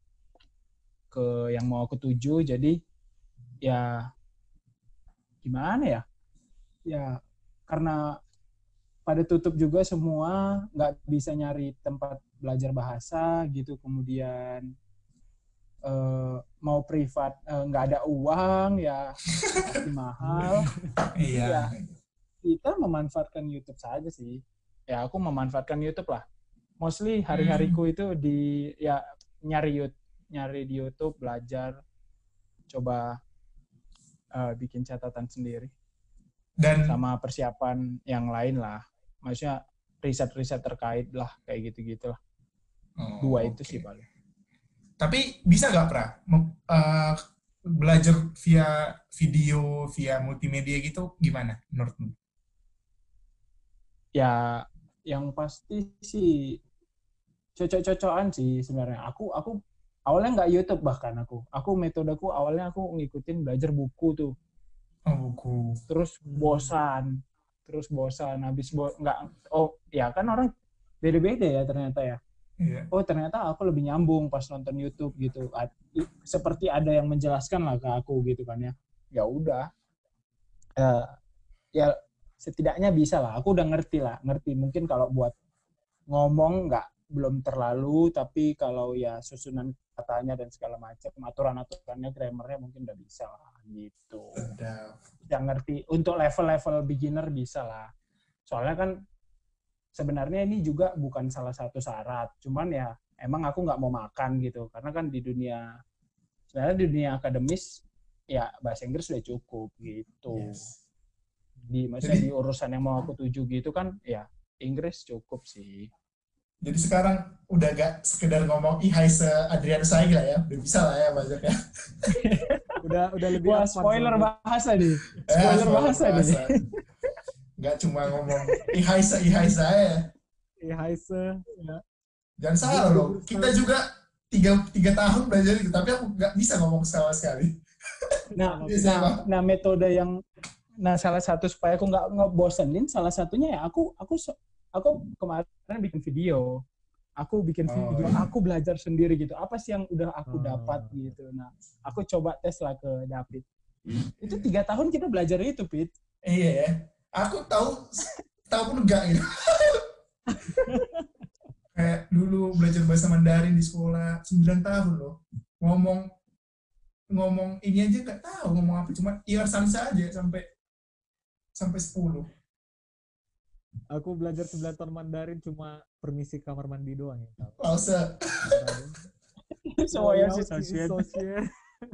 ke yang mau aku tuju. Jadi ya gimana ya? Ya karena pada tutup juga semua, nggak bisa nyari tempat belajar bahasa gitu. Kemudian eh, mau privat eh, nggak ada uang ya pasti mahal. Iya. Kita memanfaatkan YouTube saja sih. Ya aku memanfaatkan YouTube lah. Mostly hari-hariku itu di ya nyari YouTube, nyari di YouTube, belajar, coba uh, bikin catatan sendiri. Dan Sama persiapan yang lain lah. Maksudnya riset-riset terkait lah kayak gitu-gitu lah. oh, Dua itu oke. sih paling. Tapi bisa nggak Pra Mem- uh, belajar via video, via multimedia gitu gimana menurutmu? Ya yang pasti sih cocok-cocokan sih sebenarnya. Aku aku awalnya nggak YouTube bahkan aku. Aku metodeku awalnya aku ngikutin belajar buku tuh. Oh, buku. Terus bosan. Terus bosan habis bo- nggak oh ya kan orang beda-beda ya ternyata ya. Iya. Oh ternyata aku lebih nyambung pas nonton YouTube gitu. Ad- i- seperti ada yang menjelaskan lah ke aku gitu kan ya. Ya udah. Eh, ya setidaknya bisa lah. Aku udah ngerti lah, ngerti. Mungkin kalau buat ngomong nggak belum terlalu, tapi kalau ya susunan katanya dan segala macam, aturan-aturannya, grammarnya mungkin udah bisa lah gitu. Sedap. Yang ngerti untuk level-level beginner bisa lah. Soalnya kan sebenarnya ini juga bukan salah satu syarat, cuman ya emang aku nggak mau makan gitu, karena kan di dunia sebenarnya di dunia akademis ya bahasa Inggris sudah cukup gitu. Yes. Di maksudnya Jadi- di urusan yang mau aku tuju gitu kan ya Inggris cukup sih. Jadi sekarang udah gak sekedar ngomong ih hai se Adrian Saigi lah ya, udah bisa lah ya banyaknya. Udah udah lebih Wah, advance spoiler banget. bahasa nih. Eh, Spoiler bahasa nih. Gak cuma ngomong ih hai se ih hai saya. Iya, Heise. Jangan salah loh, kita juga tiga, tiga tahun belajar itu, tapi aku nggak bisa ngomong sama sekali. Nah, Iya, nah, sama. nah metode yang nah salah satu supaya aku nggak ngebosenin salah satunya ya aku aku so- aku kemarin bikin video. Aku bikin Oh, video, iya. aku belajar sendiri gitu. Apa sih yang udah aku Oh. dapat gitu. Nah, aku coba tes lah ke David. Itu tiga tahun kita belajar itu, Pit. Iya ya, aku tahu tahu pun enggak gitu. Kayak dulu belajar bahasa Mandarin di sekolah sembilan tahun loh. Ngomong ngomong ini aja nggak tahu ngomong apa, cuma iya sansa aja sampai sampai sepuluh. Aku belajar sembilan tahun Mandarin cuma permisi kamar mandi doang ya. tahu. Lause. Semuanya Oh, sih ya, sosial. sosial.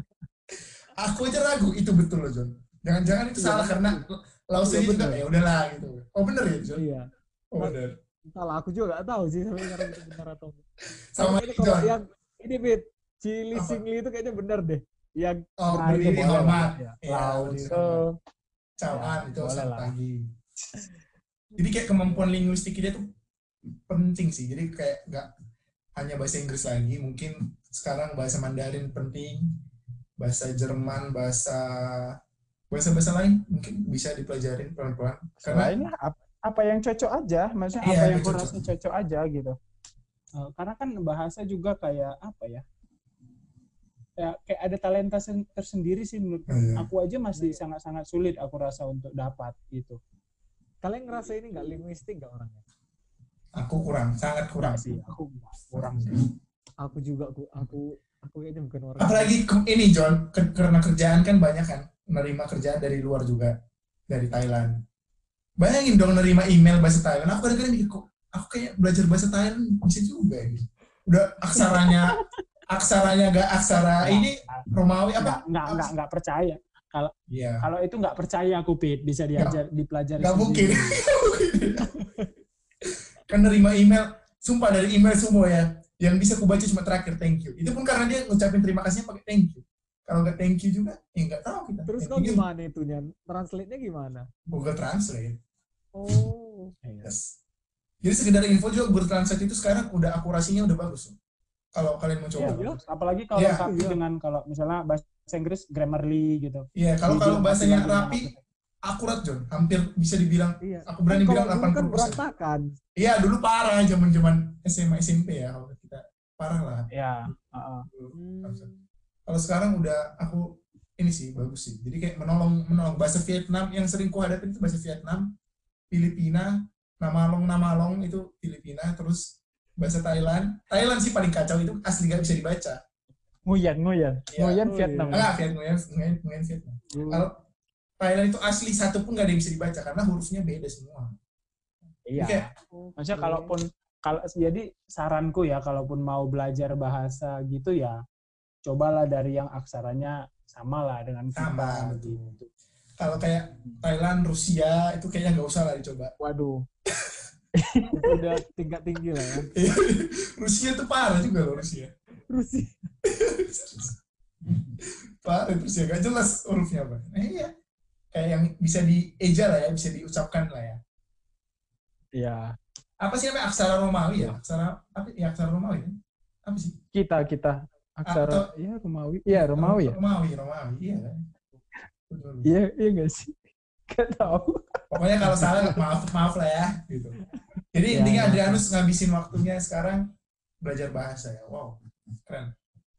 Aku aja ragu itu betul loh John. Jangan-jangan itu Iya, salah bener. karena Lause Iya, ini juga bener. ya udahlah gitu. Oh bener ya John? Iya. Oh bener. Salah, aku juga gak tahu sih sampai sekarang itu benar atau enggak. Sama Tapi ini kalau John. yang ini Bit, Cili Apa? Singli itu kayaknya benar deh. Yang Oh Nah, itu berdiri boleh hormat. lah. Iya, Laut berdiri itu hormat. Cawan ya, itu boleh selamat lah. pagi. Jadi kayak kemampuan linguistik dia tuh penting sih. Jadi kayak nggak hanya bahasa Inggris lagi, mungkin sekarang bahasa Mandarin penting, bahasa Jerman, bahasa bahasa-bahasa lain mungkin bisa dipelajarin pelan-pelan. Karena Selain ap- apa yang cocok aja, maksudnya Iya, apa yang yang aku cocok. rasa cocok aja gitu. Eh, karena kan bahasa juga kayak apa ya? Ya, kayak ada talenta sen- tersendiri sih menurut Iya. aku aja masih sangat-sangat sulit aku rasa untuk dapat gitu. kalian ngerasa ini nggak linguistik nggak orangnya? aku kurang, sangat kurang. Enggak sih, aku enggak, kurang sih. Aku juga aku aku aku kayaknya bukan orang. Apalagi ke- ini John, ke- karena kerjaan kan banyak kan, menerima kerjaan dari luar juga, dari Thailand. Bayangin dong nerima email bahasa Thailand. Aku kadang-kadang mikir kok, aku kayak belajar bahasa Thailand bisa juga gitu. Udah aksaranya, aksaranya gak aksara ini Romawi Enggak, apa? enggak, enggak, enggak percaya. Iya. Kalau itu enggak percaya aku, Pit, bisa diajar dipelajari Gak mungkin. sendiri. Kan nerima email, sumpah dari email semua ya, yang bisa aku baca cuma terakhir thank you. Itu pun karena dia ngucapin terima kasihnya pakai thank you. Kalau nggak thank you juga, ya nggak tahu kita. Terus Thank kau you, gimana itunya? Translate-nya gimana? Google Translate. Oh. Yes. Jadi sekedar info juga Google Translate itu sekarang udah akurasinya udah bagus. Kalau kalian mau coba. Iya, Iya. bagus. Apalagi kalau Iya. lengkapi Iya. dengan kalau misalnya bahasa Inggris Grammarly gitu. Iya, kalau Di- kalau di- bahasanya di- rapi, akurat John. Hampir bisa dibilang, Iya. aku berani Kan bilang kalau dulu delapan kan puluh persen. berantakan. Iya, dulu parah zaman-zaman S M A S M P ya kalau kita parah lah. Ya, heeh. Hmm. Kalau sekarang udah aku ini sih bagus sih. Jadi kayak menolong menolong bahasa Vietnam yang sering ku hadapin itu bahasa Vietnam, Filipina, Namalong Namalong itu Filipina, terus bahasa Thailand. Thailand sih paling kacau itu asli gak bisa dibaca. Nguyen, Nguyen. Iya. Nguyen Oh, Vietnam. Enggak, Vietnam, Nguyen, Nguyen Vietnam. Kalau Thailand itu asli satu pun gak ada yang bisa dibaca karena hurufnya beda semua. Iya. Oke. Maksudnya kalaupun kalau jadi saranku ya kalaupun mau belajar bahasa gitu ya cobalah dari yang aksaranya sama lah dengan kita Sama, gitu. Kalau kayak Thailand, Rusia itu kayaknya nggak usah lah dicoba. Waduh. Itu udah tingkat tinggi lah ya. Rusia itu parah juga loh Rusia. Rusia. Parah Rusia gak jelas hurufnya apa. Nah, iya. Kayak yang bisa dieja lah ya, bisa diucapkan lah ya. Iya. Apa sih namanya aksara Romawi ya? Aksara apa? Ya aksara Romawi. Kan? Apa sih? Kita kita aksara Atau- iya Romawi. Iya Romawi ya. Romawi, Romawi. Iya kan. Betul. Iya iya nggak sih? Gak tahu. Pokoknya kalau salah maaf maaf lah ya gitu. Jadi Ya, intinya ya. Adrianus ngabisin waktunya sekarang belajar bahasa ya. Wow. Keren.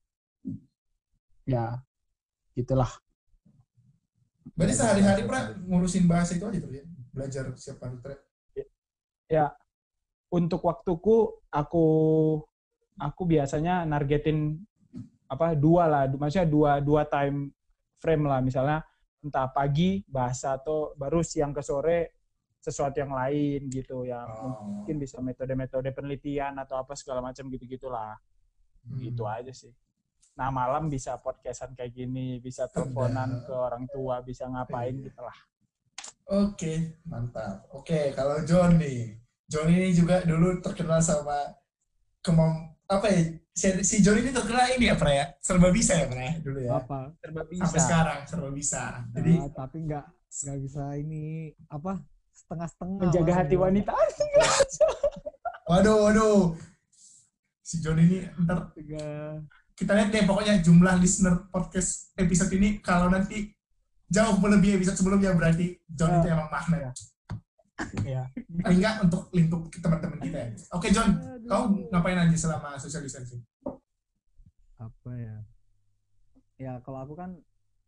Ya gitulah. Berarti sehari-hari pernah ngurusin bahasa itu aja tuh ya. Belajar siap hari trade. Ya untuk waktuku aku aku biasanya nargetin apa dua lah, maksudnya dua dua time frame lah, misalnya entah pagi bahasa atau baru siang ke sore sesuatu yang lain gitu ya. Oh. Mungkin bisa metode-metode penelitian atau apa segala macam gitu-gitulah. Hmm. Gitu aja sih. Nah malam bisa podcastan kayak gini, bisa teleponan ke orang tua, bisa ngapain gitu lah. Oke, mantap. Oke, kalau John nih. John ini juga dulu terkenal sama kemam apa ya? Si, si John ini terkenal ini ya, Pra ya? Serba bisa ya, Pra ya? Dulu ya. Apa? Serba Sampai bisa. sekarang serba bisa. Jadi Nah, tapi nggak nggak bisa ini apa setengah-setengah. Menjaga Mas, hati gua. wanita. waduh, waduh. Si John ini ntar Tiga. kita lihat deh pokoknya jumlah listener podcast episode ini kalau nanti jauh melebihi episode sebelumnya berarti John Ya. itu emang magnet. Iya. Paling enggak untuk lingkup teman-teman kita ya. Oke John, kau ngapain aja selama social distancing? Apa ya? Ya kalau aku kan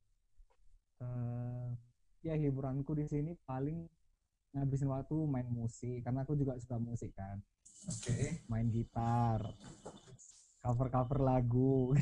eh ya hiburanku di sini paling ngabisin waktu main musik karena aku juga suka musik kan. Oke. Main gitar, cover-cover lagu.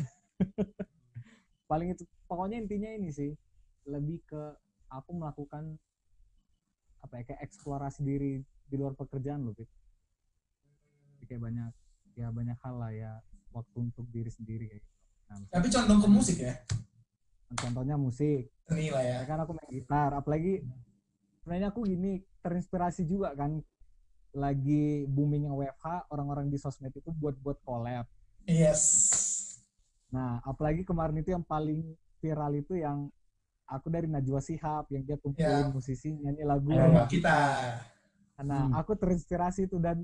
Paling itu pokoknya intinya ini sih lebih ke aku melakukan apa ya kayak eksplorasi diri di luar pekerjaan loh, Pit. Jadi kayak banyak ya banyak hal lah ya waktu untuk diri sendiri kayak gitu. Nah, Tapi condong ke musik ya. contohnya musik. Seni lah ya. Ya kan aku main gitar, apalagi sebenarnya aku gini terinspirasi juga kan lagi booming yang W F H, orang-orang di sosmed itu buat-buat collab. Yes. Nah, apalagi kemarin itu yang paling viral itu yang aku dari Najwa Shihab yang dia kumpulin Ya. musisi nyanyi lagu. Rumah kita. Nah, Hmm. aku terinspirasi itu dan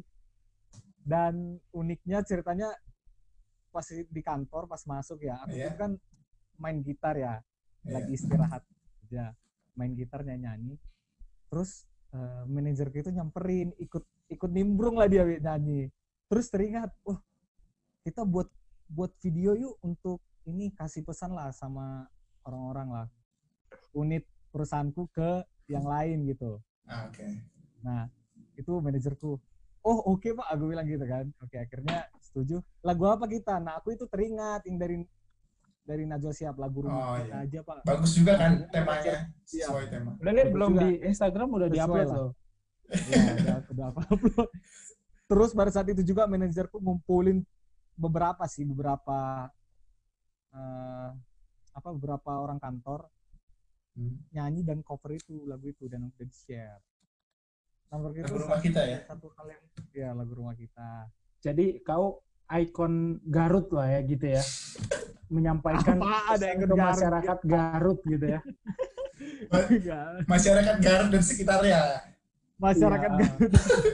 dan uniknya ceritanya pas di kantor pas masuk ya, aku Iya. itu kan main gitar ya, Iya. lagi istirahat aja, main gitar nyanyi. Terus uh, manajerku itu nyamperin, ikut ikut nimbrung lah dia nyanyi. Terus teringat, oh kita buat buat video yuk untuk ini kasih pesan lah sama orang-orang lah, unit perusahaanku ke yang lain gitu. Ah, Oke. Nah itu manajerku, oh oke okay, pak, aku bilang gitu kan. Oke akhirnya setuju. Lagu apa kita? Nah aku itu teringat yang dari dari Najwa Shihab, lagu Oh, Rumah Kita iya. aja pak. Bagus juga kan Akhirnya temanya. Sesuai tema. Udah nih Bagus belum juga. di Instagram udah Sesuai di-upload lah. loh. Ya udah udah apa upload. Terus pada saat itu juga manajerku ngumpulin beberapa sih beberapa eh, apa beberapa orang kantor Hmm. nyanyi dan cover itu lagu itu dan udah di share. Lagu Lagu Rumah Kita ya? Satu hal yang ya lagu Rumah Kita. Jadi kau ikon Garut lah ya gitu ya. Menyampaikan Apa ada pesan ikon ke Garut? masyarakat Garut gitu ya. Enggak. Masyarakat Garut dan sekitarnya. Masyarakat Iya. Garut.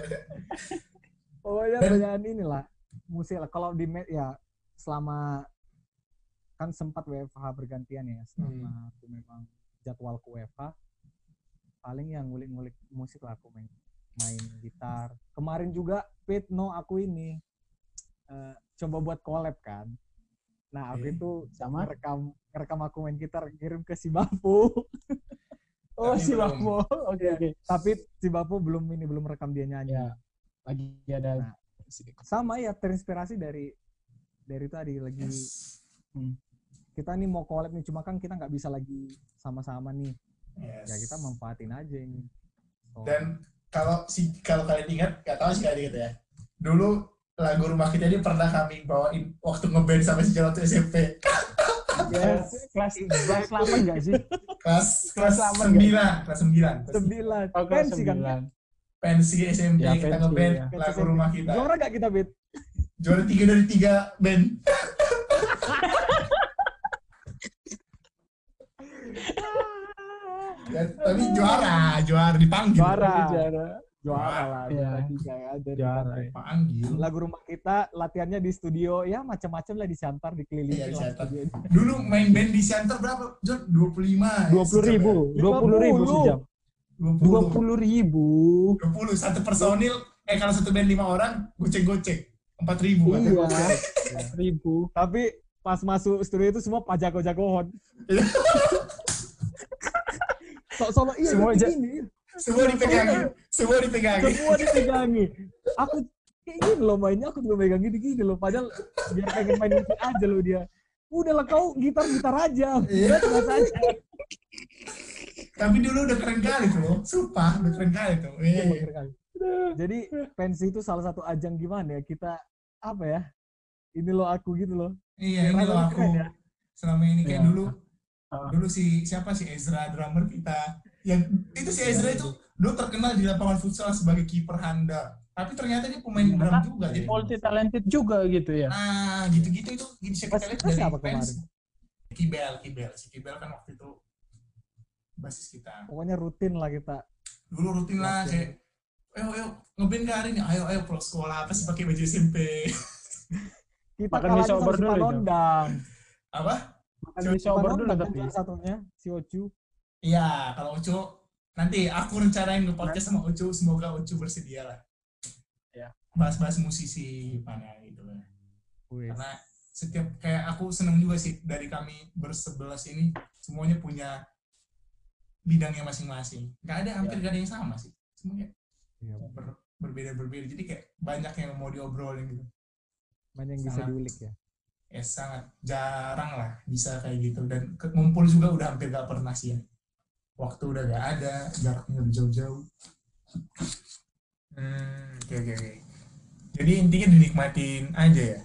Pokoknya Dan- banyak inilah musik lah. Kalau di med- ya selama kan sempat W F H bergantian ya selama Hmm. aku memang jadwalku W F H paling yang ngulik-ngulik musik lah aku main main gitar. Kemarin juga Pit no aku ini eh, coba buat collab kan. Nah aku Oke. itu Sama? ngerekam ngerekam aku main gitar kirim ke si Bapu. Oh Tapi si belum. Bamo. Oke oke. Tapi si Bapu belum ini belum rekam dia nyanyi. Ya. Lagi ada Nah. Sama ya terinspirasi dari dari tadi lagi Yes. Hmm. kita nih mau collab nih cuma kan kita nggak bisa lagi sama-sama nih. Yes. Ya kita manfaatin aja ini. So, Dan kalau si kalau kalian ingat, nggak tahu sih kalian ingat ya. Dulu lagu Rumah Kita ini pernah kami bawain waktu ngeband sama si Jalan S M P. ya, kelas kelas delapan enggak sih? Kelas Kelas kelas delapan sembilan, kelas sembilan. sembilan. Oh, kelas Pensi kan? sembilan. Pensi S M P Ya, kita pensi, ngeband ya. lagu Rumah Kita. Juara nggak kita, Bet? Juara tiga dari tiga band. Ya, tapi juara, juara dipanggil. Juara. Juara. Juara lah. Iya. Juara tiga ya. Jadi Juara. kita- Panggil. Lagu Rumah Kita latihannya di studio ya macam-macam lah di Siantar dikelilingin Iya, di lah Siantar. studio. Dulu main band di Siantar berapa? John, dua puluh lima. Dua puluh ribu, dua puluh ribu sejam. Dua Dua puluh. puluh ribu. Dua puluh. Satu personil. Eh kalau satu band lima orang, goceng-goceng. Empat ribu. Iya. Ribu. Tapi pas masuk studio itu semua pajago-jagoan. Iya. Sok-sok iya Semua begini, ja- gini. Semua dipegangi. Semua dipegangi. Semua dipegangi. Aku kayak gini loh mainnya, aku juga megang gini-gini loh. Padahal biar pengen main musik aja loh dia. Udahlah kau gitar-gitar aja. Iya. Udah aja. Tapi dulu udah keren kali tuh loh. Sumpah, udah keren kali tuh. Iya, Eh. bener kali. Jadi pensi itu salah satu ajang gimana ya kita apa ya? Ini loh aku gitu loh. Iya, ini loh Rasanya aku. keren ya. selama ini kayak Iya. dulu Ah. dulu si siapa si Ezra drummer kita yang itu si Ezra itu dulu terkenal di lapangan futsal sebagai kiper handal, tapi ternyata dia pemain drum Ternyata juga. Jadi multi talented juga gitu ya. nah gitu-gitu itu bisa kita lihat Basisnya dari siapa fans. kemarin? Kibel Kibel si Kibel kan waktu itu basis kita. Pokoknya rutin lah kita. Dulu rutin lah kayak ayo ayo ngeband gak hari ini, ayo ayo pulang sekolah apa sih pakai baju S M P. Kita Makan mie kalahnya sober sama si dulu itu. Panondang. Apa? Makan di sober dulu Panondang kan tapi. juara satunya si Ocu. Iya, kalau Ucu nanti aku rencanain ke podcast sama Ucu, semoga Ucu bersedia lah. Ya. Bahas-bahas musisi mana gitu lah. Wih. Karena setiap kayak aku seneng juga sih dari kami bersebelas ini semuanya punya bidangnya masing-masing. Gak ada hampir gak ada yang sama sih. Semuanya Iya, ber- berbeda-berbeda. Jadi kayak banyak yang mau diobrolin gitu. banyak yang bisa Sangat. diulik ya. Ya sangat jarang lah bisa kayak gitu. Dan ke- ngumpul juga udah hampir gak pernah sih ya. Waktu udah gak ada, jaraknya udah jauh-jauh. Hmm, oke oke oke. Jadi intinya dinikmatin aja ya.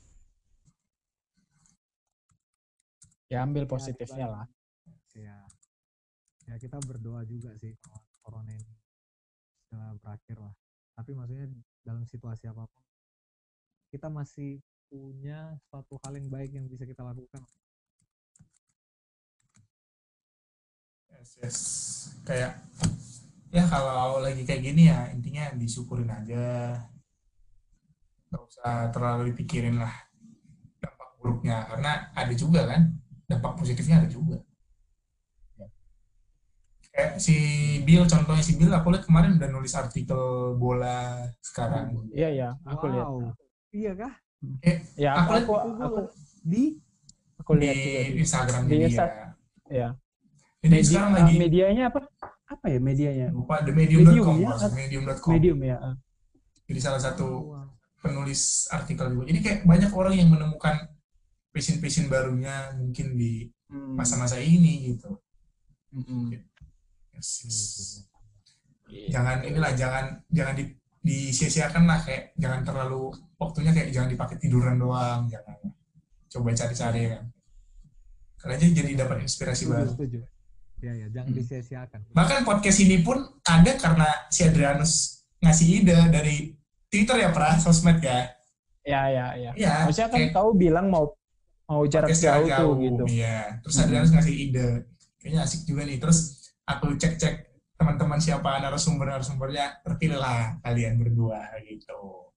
Ya ambil positifnya lah. Ya. Ya kita berdoa juga sih kalau corona ini segera berakhir lah. Tapi maksudnya dalam situasi apapun kita masih punya suatu hal yang baik yang bisa kita lakukan. Yes, yes. Kayak ya kalau lagi kayak gini ya intinya disyukurin aja. Gak usah terlalu dipikirin lah dampak buruknya. Karena ada juga kan dampak positifnya ada juga. Kayak si Bill, contohnya si Bill aku lihat kemarin udah nulis artikel bola sekarang. Iya ya, aku lihat. Wow. Iya kah? Eh, Ya aku aku lihat aku, Itu aku, gua di aku lihat di juga. di- Instagramnya di dia. Insta- Ya. Jadi Medi- sekarang ah, lagi medianya apa? Apa ya medianya? lupa the medium dot com, Medium ya? Bos, medium dot com. Medium ya. ah. Jadi salah satu Wow. penulis artikel juga. Jadi kayak banyak orang yang menemukan passion-passion barunya mungkin di Hmm. masa-masa ini gitu. Mm-mm. Yes, yes. Iya. Jangan inilah jangan jangan di disia-siakan lah, kayak jangan terlalu waktunya kayak jangan dipakai tiduran doang, jangan. Coba cari-cari kan. Karena jadi dapat inspirasi Setuju, baru. setuju. Ya ya, jangan Hmm. disia-siakan. Bahkan podcast ini pun ada karena si Adrianus ngasih ide dari Twitter ya, pra sosmed ya. Ya ya ya. Iya. Maksudnya kan kayak kau bilang mau mau jarak podcast jauh, jarak tuh gitu. Iya. Terus Adrianus ngasih ide. Kayaknya asik juga nih. Terus aku cek-cek teman-teman siapa narasumber-narasumbernya, terpilihlah kalian berdua gitu.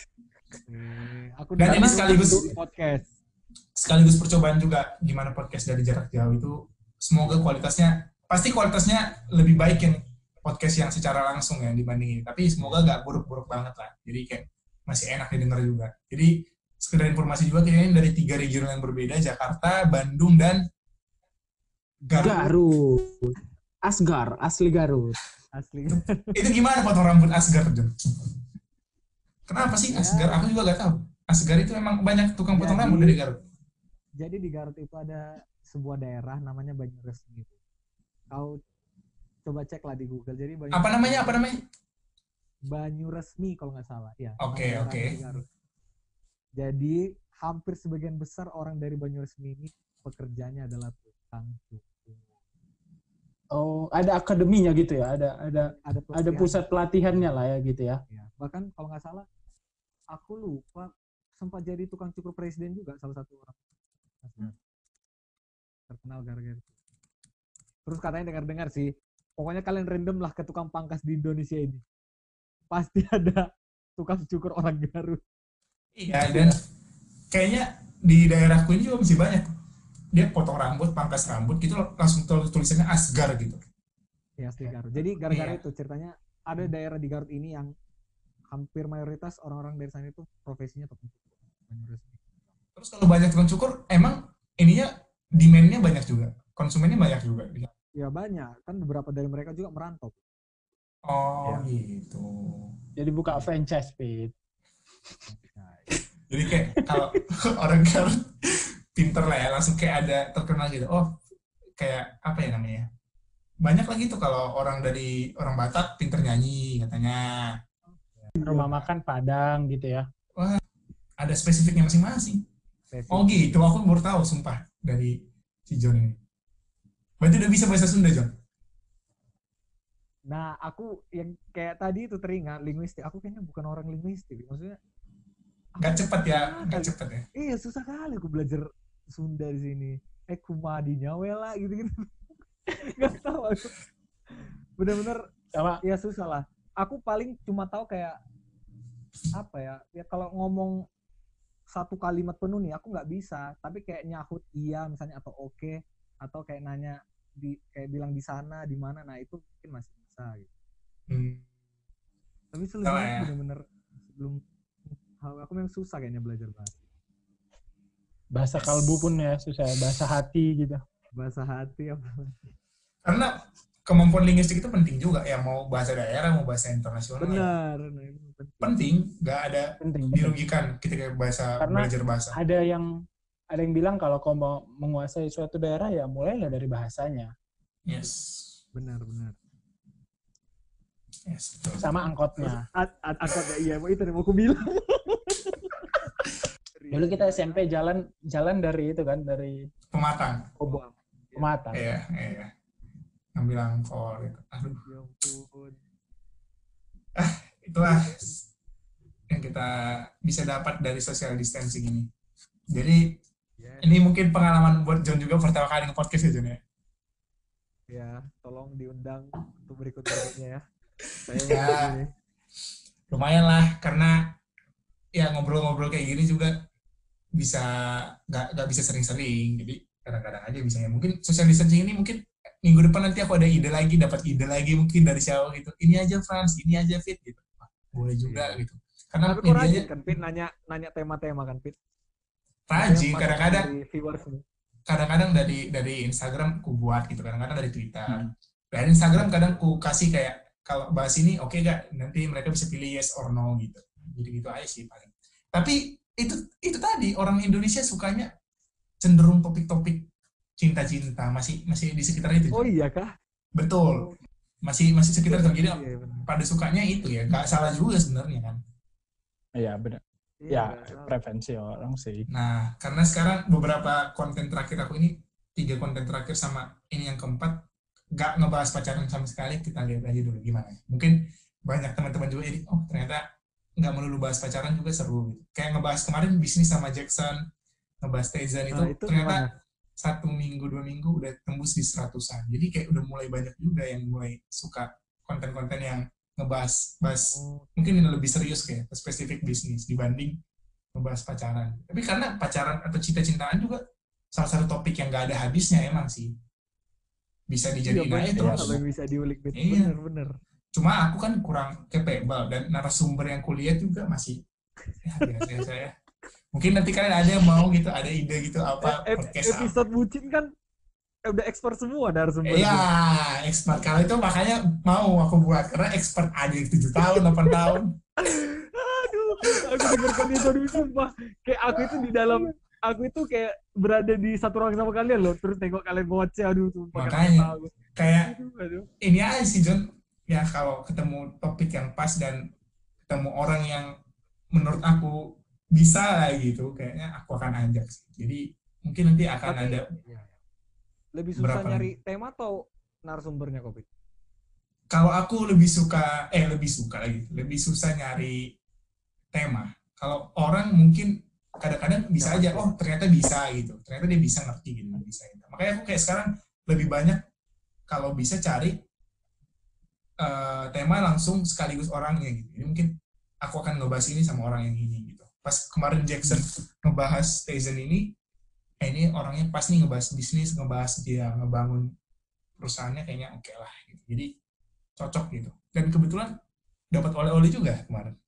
Oke, Aku Dan dengar ini sekaligus di podcast. sekaligus percobaan juga gimana podcast dari jarak jauh itu. Semoga kualitasnya, pasti kualitasnya lebih baik yang podcast yang secara langsung ya dibanding ini. Tapi semoga nggak buruk-buruk banget lah. Jadi kayak masih enak didengar juga. Jadi sekedar informasi juga, kita ini dari tiga region yang berbeda, Jakarta, Bandung, dan Garut. Garut. Asgar, asli Garut. Asli. Itu gimana potong rambut Asgar, John? Kenapa sih Ya. Asgar? Aku juga gak tahu. Asgar itu emang banyak tukang potong Jadi- rambut dari Garut. Jadi di Garut itu ada sebuah daerah namanya Banyuresmi. Kau coba cek lah di Google. Jadi Banyu- Apa namanya? Apa namanya? Banyuresmi kalau nggak salah. Ya. Oke, nama daerah oke. di Garut. Jadi hampir sebagian besar orang dari Banyuresmi ini pekerjaannya adalah tukang cukur. Oh, ada akademinya gitu ya. Ada ada Ada ada pelatihan. pusat pelatihannya lah ya gitu ya. Ya. Bahkan kalau nggak salah, aku lupa sempat jadi tukang cukur presiden juga salah satu orang. Terkenal gara-gara itu. Terus katanya dengar-dengar sih, pokoknya kalian random lah ke tukang pangkas di Indonesia ini. Pasti ada tukang cukur orang Garut. Iya, dan kayaknya di daerahku ini juga masih banyak. Dia potong rambut, pangkas rambut, gitu langsung tulis- tulisannya Asgar gitu. Ya, asli Garut. Jadi gara-gara Iya. itu ceritanya ada daerah di Garut ini yang hampir mayoritas orang-orang dari sana itu profesinya tukang cukur. Banyuresmi. Terus kalau banyak tukang cukur, emang ininya demand-nya banyak juga. Konsumennya banyak juga. Ya banyak, kan beberapa dari mereka juga merantau. Oh, Iya. gitu. Jadi buka franchise, Pit. Jadi kayak kalau orang Garut pinter lah ya, langsung kayak ada terkenal gitu. Oh, kayak apa ya namanya? Banyak lagi tuh kalau orang dari orang Batak pinter nyanyi katanya. Rumah makan Padang gitu ya. Ada spesifiknya masing-masing. Basic. Oh gitu, aku baru tahu sumpah dari si John ini. Berarti udah bisa bahasa Sunda, John? Nah, aku yang kayak tadi itu teringat linguistik. Aku kayaknya bukan orang linguistik. Maksudnya Nggak cepet ya, susah nggak kali. cepet ya. Iya, susah kali aku belajar Sunda di sini. Eh, kumadinya wela gitu-gitu. Gak tahu aku. Bener-bener Sama ya susah lah. Aku paling cuma tahu kayak apa ya? Ya kalau ngomong satu kalimat penuh nih aku nggak bisa, tapi kayak nyahut iya misalnya atau oke atau kayak nanya di kayak bilang di sana di mana, nah itu mungkin masih bisa gitu. Hmm. Tapi Sama selebihnya ya. aku bener-bener belum, hal aku memang susah kayaknya belajar bahasa bahasa kalbu pun ya susah, bahasa hati gitu. bahasa hati apa. Karena kemampuan linguistik itu penting juga ya, mau bahasa daerah mau bahasa internasional ya. Benar, nah, itu penting. Penting, nggak ada Penting, penting. dirugikan ketika bahasa Karena belajar bahasa. ada yang ada yang bilang kalau kau mau menguasai suatu daerah ya mulailah dari bahasanya. Yes. Benar, benar. Yes, betul. Sama angkotnya. At, at, angkotnya iya, itu yang mau aku bilang. Dulu kita S M P jalan jalan dari itu kan, dari Pematang. Kobo Pematang. Iya, iya. Ngambil angkor gitu. Aduh, Ya ampun. itulah yang kita bisa dapat dari social distancing ini. Jadi Ya, ini mungkin pengalaman buat John juga pertama kali nge-podcast ya, John ya. ya, tolong diundang untuk berikut-berikutnya ya. Saya Ya. ini. Lumayan lah, karena ya ngobrol-ngobrol kayak gini juga bisa nggak nggak bisa sering-sering. Jadi kadang-kadang aja misalnya mungkin social distancing ini mungkin minggu depan nanti aku ada ide lagi, dapat ide lagi mungkin dari siapa gitu. Ini aja Frans, ini aja Fit gitu. Wah, boleh juga Iya. gitu. Karena Tapi kok rajin medianya kan, Pit, nanya nanya tema-tema kan, Pit? rajin, Maksudnya kadang-kadang dari viewers nih. kadang-kadang dari dari Instagram ku buat gitu, kadang-kadang dari Twitter. Hmm. Dari Instagram kadang ku kasih kayak kalau bahas ini oke okay gak, nanti mereka bisa pilih yes or no gitu. Jadi gitu aja sih paling. Tapi itu itu tadi orang Indonesia sukanya cenderung topik-topik cinta-cinta, masih masih di sekitar itu. Oh John. iya kah? Betul. Masih masih sekitar itu. Jadi Iya, benar. pada sukanya itu ya, nggak salah juga sebenarnya kan. Iya benar. Iya, Ya nggak salah. preferensi orang sih. Nah, karena sekarang beberapa konten terakhir aku ini, tiga konten terakhir sama ini yang keempat, nggak ngebahas pacaran sama sekali, kita lihat aja dulu gimana. Mungkin banyak teman-teman juga jadi, oh ternyata nggak melulu bahas pacaran juga seru. Kayak ngebahas kemarin bisnis sama Jackson, ngebahas Tezan itu, Nah, itu ternyata gimana? satu minggu, dua minggu udah tembus di seratusan. Jadi kayak udah mulai banyak juga yang mulai suka konten-konten yang ngebahas bahas Oh, mungkin ini lebih serius kayak spesifik bisnis dibanding ngebahas pacaran. Tapi karena pacaran atau cinta-cintaan juga salah satu topik yang gak ada habisnya emang sih. Bisa iya dijadiin banyak aja ya, terus. hal yang bisa diulik, Pit. Iya. Bener-bener. Cuma aku kan kurang capable dan narasumber yang kuliah juga masih ya biasa ya. Mungkin nanti kalian ada yang mau gitu, ada ide gitu apa Eh, podcast apa. episode bucin kan eh, udah expert semua narasumber. Iya, expert kalau itu makanya mau aku buat karena expert aja tujuh tahun, delapan tahun. Aduh, aku dengarkan itu dulu sumpah. Kayak aku itu di dalam, aku itu kayak berada di satu ruang sama kalian loh. Terus tengok kalian ngoceh, aduh sumpah. Makanya kata aku. kayak Aduh, aduh. ini aja sih John, ya kalau ketemu topik yang pas dan ketemu orang yang menurut aku bisa lah gitu, kayaknya aku akan ajak sih. Jadi mungkin nanti akan Tapi ada iya, lebih susah berapa nyari tema atau narasumbernya, Kopi? kalau aku lebih suka eh lebih suka lagi lebih susah nyari tema. Kalau orang mungkin kadang-kadang bisa Siapa aja, sih? oh ternyata bisa gitu, ternyata dia bisa ngerti gitu, bisa gitu. Makanya aku kayak sekarang lebih banyak kalau bisa cari uh, tema langsung sekaligus orangnya gitu. Jadi mungkin aku akan ngebahas ini sama orang yang ini gitu. Pas kemarin Jackson ngebahas Tizen ini, eh ini orangnya pas nih ngebahas bisnis, ngebahas dia ngebangun perusahaannya kayaknya oke okay lah gitu. Jadi cocok gitu. Dan kebetulan dapat oleh-oleh juga kemarin.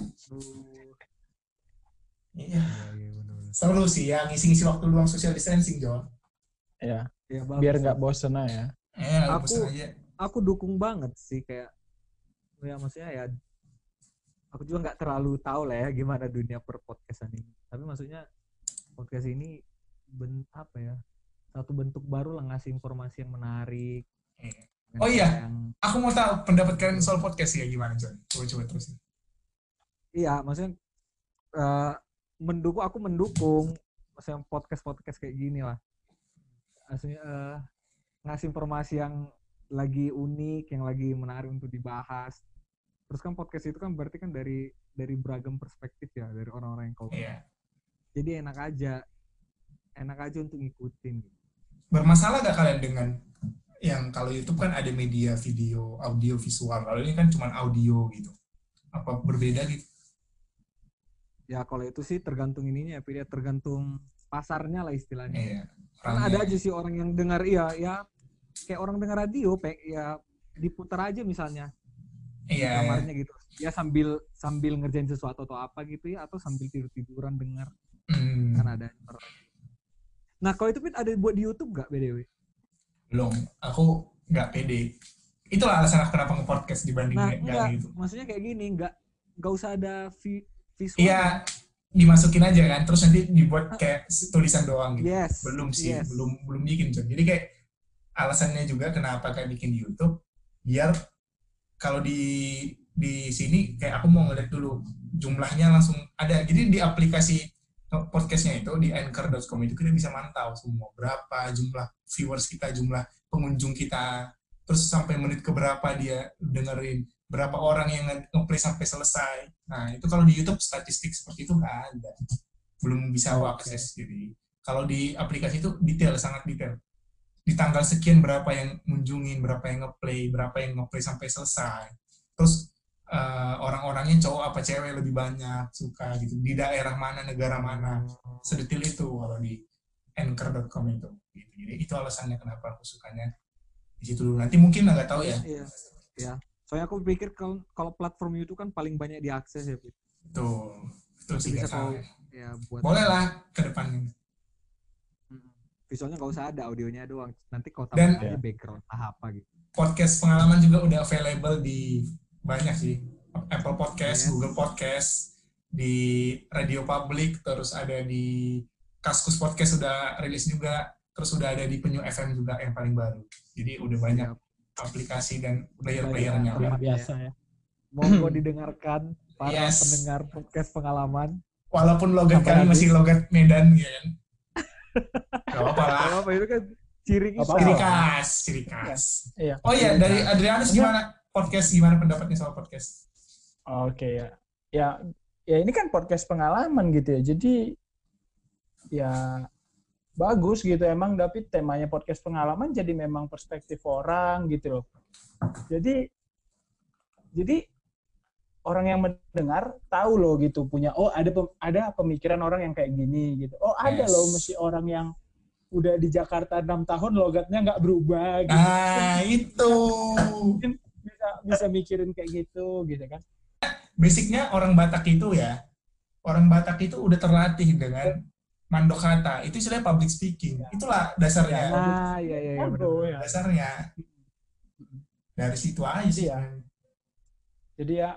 Iya. Iya, benar-benar. Seru sih ya ngisi-ngisi waktu luang social distancing, John. Ya, Ya, bagus. biar nggak bosen aja ya. Eh, lagi Aku- pesen aja. Aku dukung banget sih kayak, ya maksudnya ya, aku juga nggak terlalu tahu lah ya gimana dunia per podcastan ini. Tapi maksudnya podcast ini ben, apa ya, satu bentuk baru lah ngasih informasi yang menarik. Iya. dengan Oh iya. cara yang, Aku mau tahu pendapat kalian soal podcast ya gimana, John? Coba-coba terus. iya maksudnya eh, mendukung, aku mendukung maksudnya podcast-podcast kayak gini lah. Maksudnya uh, ngasih informasi yang lagi unik, yang lagi menarik untuk dibahas. Terus kan podcast itu kan berarti kan dari dari beragam perspektif ya, dari orang-orang yang kau. Iya. Jadi enak aja, enak aja untuk ngikutin. Bermasalah gak kalian dengan yang kalau YouTube kan ada media video, audio, visual. Kalau ini kan cuma audio gitu. Apa berbeda gitu? Ya kalau itu sih tergantung ininya, ya, tergantung pasarnya lah istilahnya. Iya. Kan ada aja sih orang yang dengar, iya, ya kayak orang dengar radio, pe, ya diputar aja misalnya. Iya. Kamarnya gitu. Ya sambil sambil ngerjain sesuatu atau apa gitu ya, atau sambil tidur-tiduran dengar. Hmm. Kan ada. Nah kalau itu Pin ada buat di YouTube gak B D W? Belum, aku nggak pede. Itulah alasan aku kenapa nge-podcast dibanding Nah nggak enggak, gitu. maksudnya kayak gini, nggak nggak usah ada vi, visual. Iya, dimasukin aja kan, terus nanti dibuat kayak tulisan doang gitu. Yes. Belum sih, Yes. belum belum bikin. Jadi kayak alasannya juga kenapa kayak bikin di YouTube, biar kalau di di sini kayak aku mau ngeliat dulu jumlahnya langsung ada. Jadi di aplikasi podcastnya itu di anchor dot com itu kita bisa mantau semua berapa jumlah viewers kita, jumlah pengunjung kita, terus sampai menit keberapa dia dengerin, berapa orang yang nge-play sampai selesai. Nah itu kalau di YouTube statistik seperti itu nggak ada, belum bisa aku akses. Jadi kalau di aplikasi itu detail, sangat detail. Di tanggal sekian berapa yang ngunjungin, berapa yang nge-play, berapa yang nge-play sampai selesai. Terus uh, orang-orangnya cowok apa cewek lebih banyak suka gitu, di daerah mana, negara mana, sedetil itu kalau di anchor dot com itu gitu. Jadi itu alasannya kenapa aku sukanya di situ dulu. Nanti mungkin nggak tahu ya. Iya. Ya. Soalnya aku pikir kalau kalau platform YouTube kan paling banyak diakses ya, Pin. Tuh, itu sih Bisa kau salah. ya buat. Boleh lah ke depannya. Visualnya nggak usah ada, audionya doang. Nanti kau Dan- tambah aja background ah, apa gitu. Podcast pengalaman juga udah available di banyak sih. Apple Podcast, Yes. Google Podcast, di Radio Public, terus ada di Kaskus Podcast sudah rilis juga, terus sudah ada di Penyu F M juga yang paling baru. Jadi udah banyak Siap. aplikasi dan Udah player-playernya. banyak. Luar biasa ya. Monggo didengarkan para Yes. pendengar podcast pengalaman. Walaupun logat Sampai kami habis. masih logat Medan ya kan. Gak apa-apa lah. Kalau apa itu kan ciri kita. Apa-apa. Ciri khas, ciri khas. Iya. Oh iya, dari Adrianus gimana podcast, gimana pendapatnya soal podcast? Oke ya. Ya, ya ini kan podcast pengalaman gitu ya. Jadi ya bagus gitu emang, tapi temanya podcast pengalaman jadi memang perspektif orang gitu loh. Jadi jadi orang yang mendengar tahu loh gitu, punya oh ada pem- ada pemikiran orang yang kayak gini gitu. Oh ada Yes. loh mesti orang yang udah di Jakarta enam tahun logatnya nggak berubah gitu. Nah, itu. Bisa bisa mikirin kayak gitu gitu kan. Basicnya orang Batak itu ya, orang Batak itu udah terlatih dengan mandok kata. Itu istilahnya public speaking. Itulah dasarnya. Nah, iya iya iya benar. Oh, ya. Dasarnya. Dari situ aja sih. Iya. Jadi ya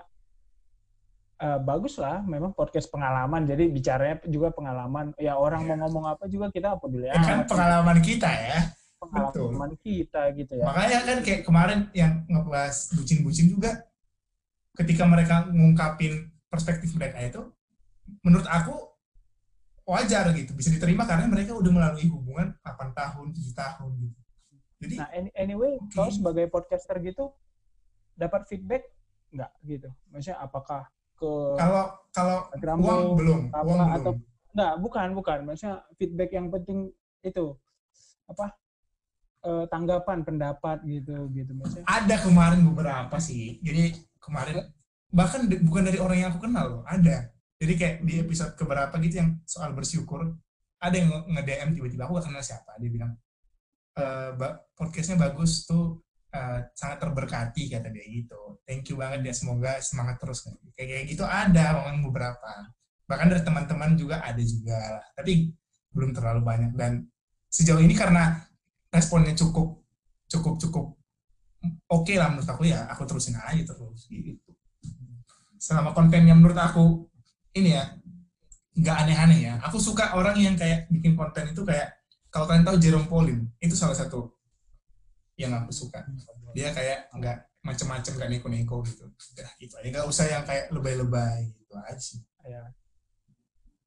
eh, bagus lah memang podcast pengalaman. Jadi bicaranya juga pengalaman. Ya orang Iya. mau ngomong apa juga kita apa peduli Ya kan amat. pengalaman kita ya. Pengalaman kita gitu ya. Makanya kan kayak kemarin yang ngebahas bucin-bucin juga, ketika mereka ngungkapin perspektif mereka itu, menurut aku wajar gitu, bisa diterima karena mereka udah melalui hubungan delapan tahun, tujuh tahun gitu. Jadi Nah any- anyway, Oke. kalau sebagai podcaster gitu dapat feedback nggak gitu? Maksudnya apakah ke kalau kalau Instagrammu, uang belum, apa, uang belum. atau nggak? Bukan, bukan. Maksudnya feedback yang penting itu apa? Eh, tanggapan, pendapat gitu, gitu maksudnya. Ada kemarin beberapa sih. Jadi kemarin bahkan de- bukan dari orang yang aku kenal loh, ada. Jadi kayak di episode keberapa gitu yang soal bersyukur, ada yang nge-D M tiba-tiba, aku gak kenal siapa, dia bilang e, ba- podcastnya bagus tuh, eh, sangat terberkati kata dia gitu. Thank you banget ya, semoga semangat terus. Kayak kayak gitu ada orang beberapa. Bahkan dari teman-teman juga ada juga, tapi belum terlalu banyak. Dan sejauh ini karena responnya cukup cukup cukup oke lah menurut aku, ya aku terusin aja terus gitu. Selama kontennya menurut aku ini ya nggak aneh-aneh ya. Aku suka orang yang kayak bikin konten itu kayak, kalau kalian tahu Jerome Pauline, itu salah satu yang aku suka. Dia kayak nggak macem-macem, nggak neko-neko gitu. Udah gitu aja, nggak usah yang kayak lebay-lebay gitu aja sih. Ya.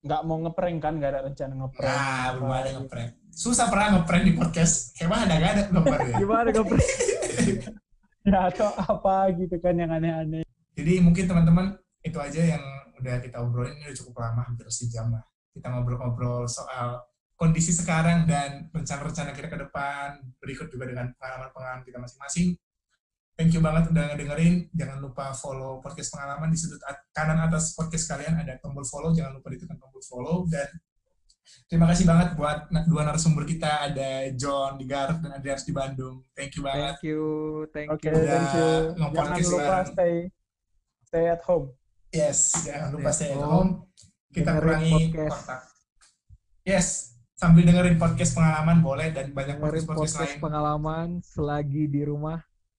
nggak mau ngeprank kan, nggak ada rencana ngeprank. Nah, belum Apa ada gitu. ngeprank. Susah pernah ngeprank di podcast. Hebat ada gak ada gambar ya? Gimana Gopre? Ya, atau apa gitu kan yang aneh-aneh. Jadi mungkin teman-teman itu aja yang udah kita obrolin, ini udah cukup lama, hampir sejam lah. Kita ngobrol-ngobrol soal kondisi sekarang dan rencana-rencana kita ke depan, berikut juga dengan pengalaman-pengalaman kita masing-masing. Thank you banget udah ngedengerin. Jangan lupa follow podcast pengalaman di sudut kanan atas podcast kalian ada tombol follow, jangan lupa ditekan tombol follow. Dan terima kasih banget buat dua narasumber kita, ada John di Garut dan Adrianus di Bandung. Thank you banget. Thank you, thank Oke, you. Udah thank you. Jangan nge-podcast lupa bareng. stay stay at home. Yes, jangan lupa Stay stay at at home. home. Kita Dengerin kurangi podcast. kontak. Yes, sambil dengerin podcast pengalaman boleh dan banyak Dengerin podcast-podcast podcast lain. pengalaman selagi di rumah.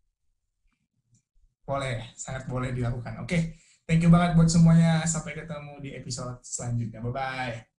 Boleh, sangat boleh dilakukan. Oke, thank you banget buat semuanya. Sampai ketemu di episode selanjutnya. Bye-bye.